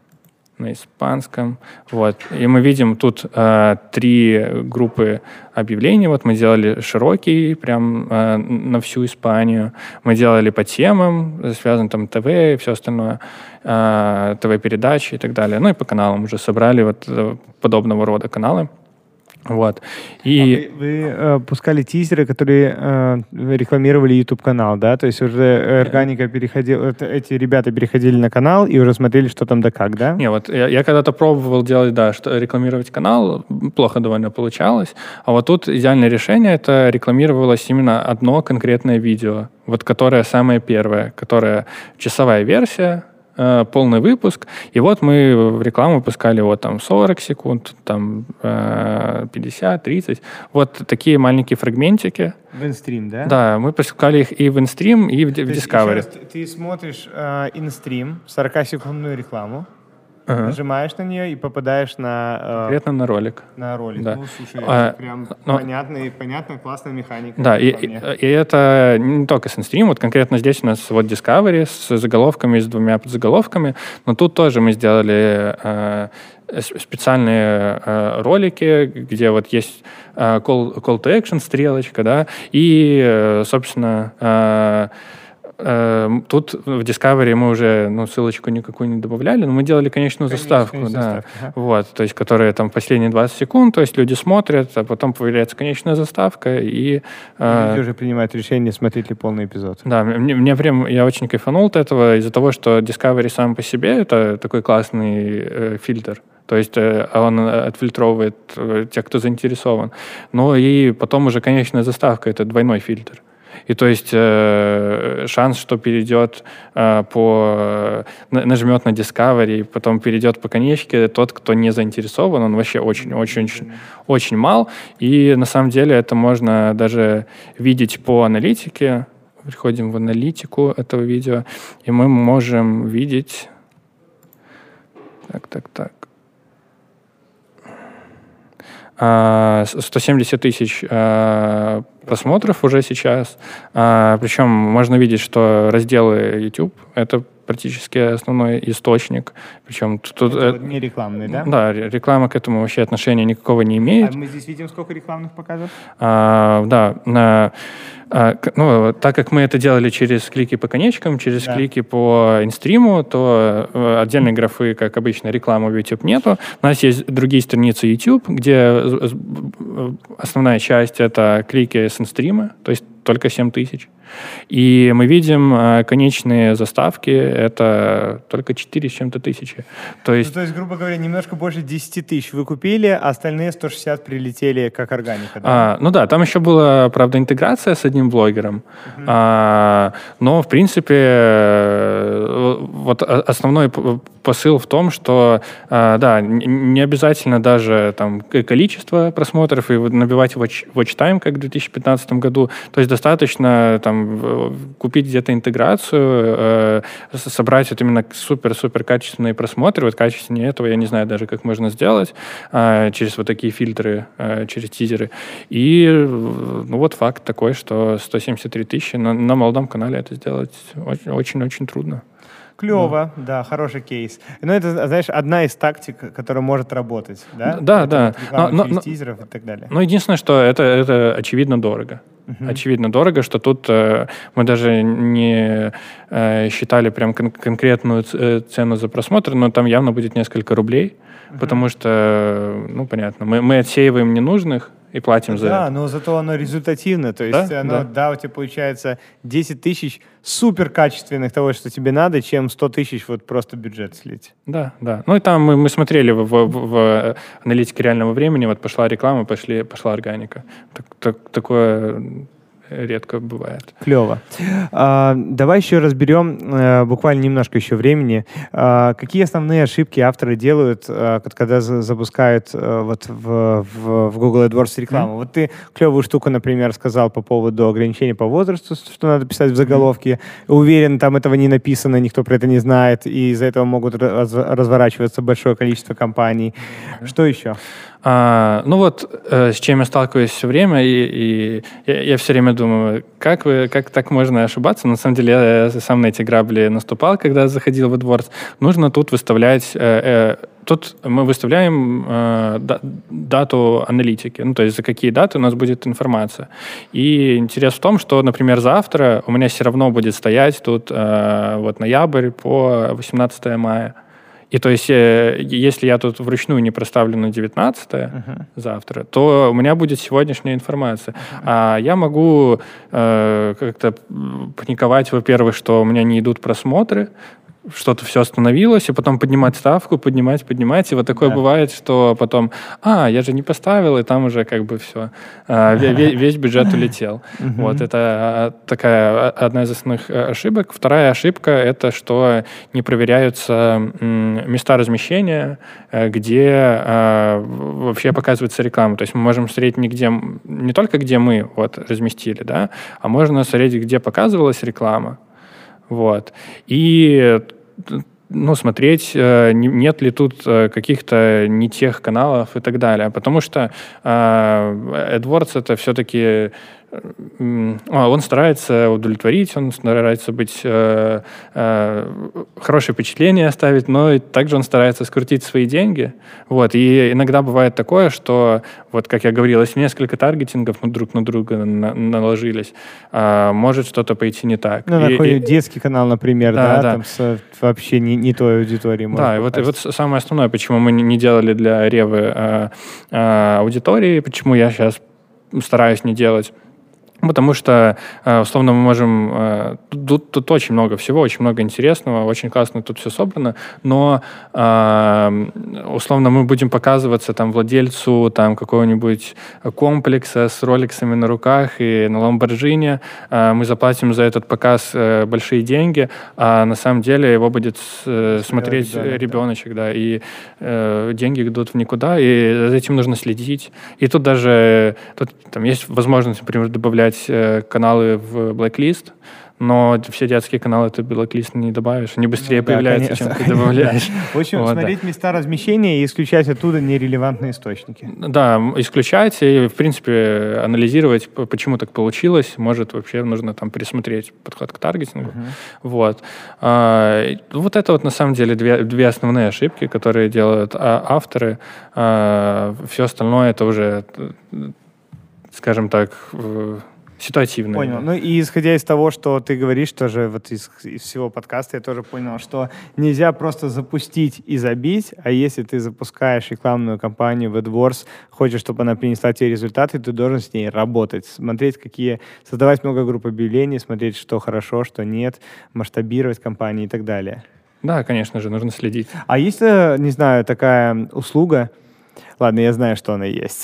на испанском. Вот. И мы видим тут э, три группы объявлений. Вот мы делали широкий, прям э, на всю Испанию. Мы делали по темам, связан там ТВ и все остальное, э, ТВ-передачи и так далее. Ну и по каналам уже собрали вот э, подобного рода каналы. Вот. И... А вы вы э, пускали тизеры, которые э, рекламировали YouTube-канал, да? То есть уже органика переходила, эти ребята переходили на канал и уже смотрели, что там да как, да? Не, вот я, я когда-то пробовал делать, да, что рекламировать канал, плохо довольно получалось. А вот тут идеальное решение — это рекламировалось именно одно конкретное видео, вот которое самое первое, которое часовая версия, полный выпуск, и вот мы в рекламу пускали вот там сорок секунд, там пятьдесят, тридцать, вот такие маленькие фрагментики. В инстрим, да? Да, мы пускали их и в инстрим, и в, в Discovery. Раз, ты смотришь э, инстрим, сорокасекундную рекламу, ага. нажимаешь на нее и попадаешь на... Э, Конкретно на ролик. На ролик. Да. Ну, слушай, а, это прям но... понятная, понятная, классная механика. Да, и, и, и это не только с инстрим, вот конкретно здесь у нас вот Discovery с заголовками, с двумя подзаголовками, но тут тоже мы сделали э, специальные э, ролики, где вот есть э, call, call to action, стрелочка, да, и, э, собственно, э, тут в Discovery мы уже ну, ссылочку никакую не добавляли, но мы делали конечную Конечно, заставку, конечно, да, заставка, ага. вот, то есть, которая там последние двадцать секунд, то есть люди смотрят, а потом появляется конечная заставка и... и э, люди уже принимают решение, смотреть ли полный эпизод. Да, мне, мне прям, я очень кайфанул от этого из-за того, что Discovery сам по себе это такой классный э, фильтр. То есть он отфильтровывает тех, кто заинтересован. Ну и потом уже конечная заставка — это двойной фильтр. И то есть э, шанс, что перейдет э, по... нажмет на Discovery, потом перейдет по конечке, тот, кто не заинтересован, он вообще очень-очень очень мал. И на самом деле это можно даже видеть по аналитике. Приходим в аналитику этого видео, и мы можем видеть... Так, так, так. сто семьдесят тысяч э, просмотров уже сейчас. А, причем можно видеть, что разделы YouTube — это практически основной источник. Причем тут... Это вот не рекламный, да? Да, реклама к этому вообще отношения никакого не имеет. А мы здесь видим, сколько рекламных показов? А, да, на... Ну, так как мы это делали через клики по конечкам, через да. клики по инстриму, то отдельной графы, как обычно, рекламы в YouTube нету. У нас есть другие страницы YouTube, где основная часть — это клики с инстрима, то есть только семь тысяч. И мы видим э, конечные заставки, это только четыре с чем-то тысячи. То есть, ну, то есть, грубо говоря, немножко больше десять тысяч вы купили, а остальные сто шестьдесят прилетели как органика. Да? А, ну да, там еще была, правда, интеграция с одним блогером. Uh-huh. А, но, в принципе, э, вот основной посыл в том, что, э, да, не обязательно даже там количество просмотров и набивать watch, watch time, как в две тысячи пятнадцатом году. То есть достаточно там купить где-то интеграцию, э, собрать вот именно супер-супер качественные просмотры. Вот качественнее этого я не знаю даже, как можно сделать э, через вот такие фильтры, э, через тизеры. И ну вот факт такой, что сто семьдесят три тысячи на, на молодом канале это сделать очень-очень трудно. Клево, да. да, хороший кейс. Но это, знаешь, одна из тактик, которая может работать, да? Да, это да. Вот но, через но, тизеров и так далее. Но единственное, что это, это очевидно дорого. Uh-huh. Очевидно дорого, что тут э, мы даже не э, считали прям кон- конкретную ц- цену за просмотр, но там явно будет несколько рублей, uh-huh. потому что, ну, понятно, мы, мы отсеиваем ненужных и платим да, за это. Да, но зато оно результативно, то есть да? оно, да. да, у тебя получается десять тысяч супер качественных того, что тебе надо, чем сто тысяч вот просто бюджет слить. Да, да. Ну и там мы, мы смотрели в, в, в аналитике реального времени, вот пошла реклама, пошли, пошла органика. Так, так, такое редко бывает. Клево. А, давай еще разберем, а, буквально немножко еще времени, а, какие основные ошибки авторы делают, а, когда за, запускают а, вот в, в, в Google AdWords рекламу. Mm-hmm. Вот ты клевую штуку, например, сказал по поводу ограничения по возрасту, что надо писать в заголовке. Mm-hmm. Уверен, там этого не написано, никто про это не знает, и из-за этого могут раз, разворачиваться большое количество компаний. Mm-hmm. Что еще? А, ну вот, э, с чем я сталкиваюсь все время, и, и я, я все время думаю, как, вы, как так можно ошибаться? На самом деле я сам на эти грабли наступал, когда заходил в AdWords. Нужно тут выставлять... Э, э, тут мы выставляем э, да, дату аналитики, ну то есть за какие даты у нас будет информация. И интерес в том, что, например, завтра у меня все равно будет стоять тут э, вот ноябрь по восемнадцатое мая. И то есть, если я тут вручную не проставлю на девятнадцатое uh-huh. завтра, то у меня будет сегодняшняя информация. Uh-huh. А я могу э, как-то паниковать, во-первых, что у меня не идут просмотры, что-то все остановилось, и потом поднимать ставку, поднимать, поднимать. И вот такое да. бывает, что потом, а, я же не поставил, и там уже как бы все, весь, весь бюджет улетел. Uh-huh. Вот это такая одна из основных ошибок. Вторая ошибка — это что не проверяются места размещения, где вообще показывается реклама. То есть мы можем смотреть не, где, не только где мы вот, разместили, да, а можно смотреть, где показывалась реклама. Вот. И ну, смотреть, нет ли тут каких-то не тех каналов и так далее. Потому что AdWords — это все-таки... Он старается удовлетворить, он старается быть э, э, хорошее впечатление оставить, но также он старается скрутить свои деньги. Вот. И иногда бывает такое, что, вот как я говорил, если несколько таргетингов друг на друга на- наложились, э, может что-то пойти не так. Ну, и, такой и, детский канал, например, да, да, да. там с вообще не, не той аудиторией. Да, и вот, и вот самое основное, почему мы не делали для Ревы э, э, аудитории, почему я сейчас стараюсь не делать. Потому что, условно, мы можем... Тут, тут очень много всего, очень много интересного, очень классно тут все собрано, но, условно, мы будем показываться там владельцу там, какого-нибудь комплекса с роликсами на руках и на Ламборджини. Мы заплатим за этот показ большие деньги, а на самом деле его будет смотреть ребенок, ребеночек, да, и деньги идут в никуда, и за этим нужно следить. И тут даже тут, там есть возможность, например, добавлять каналы в blacklist, но все детские каналы ты в blacklist не добавишь, они быстрее ну, появляются, да, чем ты добавляешь. В общем, вот, смотреть да. места размещения и исключать оттуда нерелевантные источники. Да, исключать и, в принципе, анализировать, почему так получилось. Может, вообще нужно там пересмотреть подход к таргетингу. Uh-huh. Вот. А, вот это вот на самом деле две, две основные ошибки, которые делают авторы. А, все остальное это уже, скажем так, ситуативно. Понял. Да. Ну и исходя из того, что ты говоришь, тоже вот из, из всего подкаста я тоже понял, что нельзя просто запустить и забить, а если ты запускаешь рекламную кампанию в AdWords, хочешь, чтобы она принесла тебе результаты, ты должен с ней работать, смотреть, какие, создавать много групп объявлений, смотреть, что хорошо, что нет, масштабировать кампании и так далее. Да, конечно же, нужно следить. А есть, не знаю, такая услуга, ладно, я знаю, что она есть.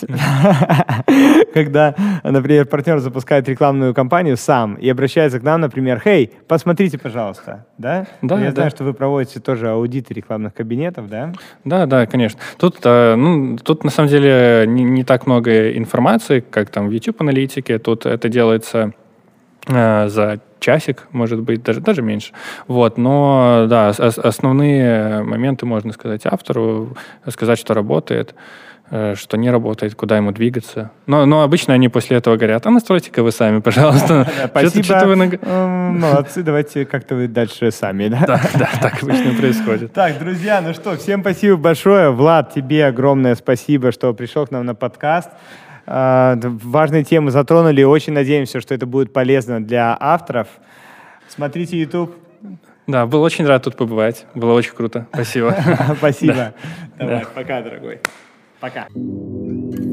Когда, например, партнер запускает рекламную кампанию сам и обращается к нам, например, «Хей, посмотрите, пожалуйста». Да? Да, я да. знаю, что вы проводите тоже аудиты рекламных кабинетов, да? Да, да, конечно. Тут, ну, тут на самом деле не, не так много информации, как там в YouTube-аналитике. Тут это делается э, за часик, может быть, даже, даже меньше. Вот, но, да, ос- основные моменты можно сказать автору, сказать, что работает, что не работает, куда ему двигаться. Но, но обычно они после этого говорят, а настройте-ка вы сами, пожалуйста. Спасибо, молодцы, давайте как-то вы дальше сами. Да, да, так обычно происходит. Так, друзья, ну что, всем спасибо большое. Влад, тебе огромное спасибо, что пришел к нам на подкаст. Важные темы затронули, очень надеемся, что это будет полезно для авторов. Смотрите YouTube. Да, был очень рад тут побывать. Было очень круто. Спасибо. Спасибо. Давай, пока, дорогой. Пока.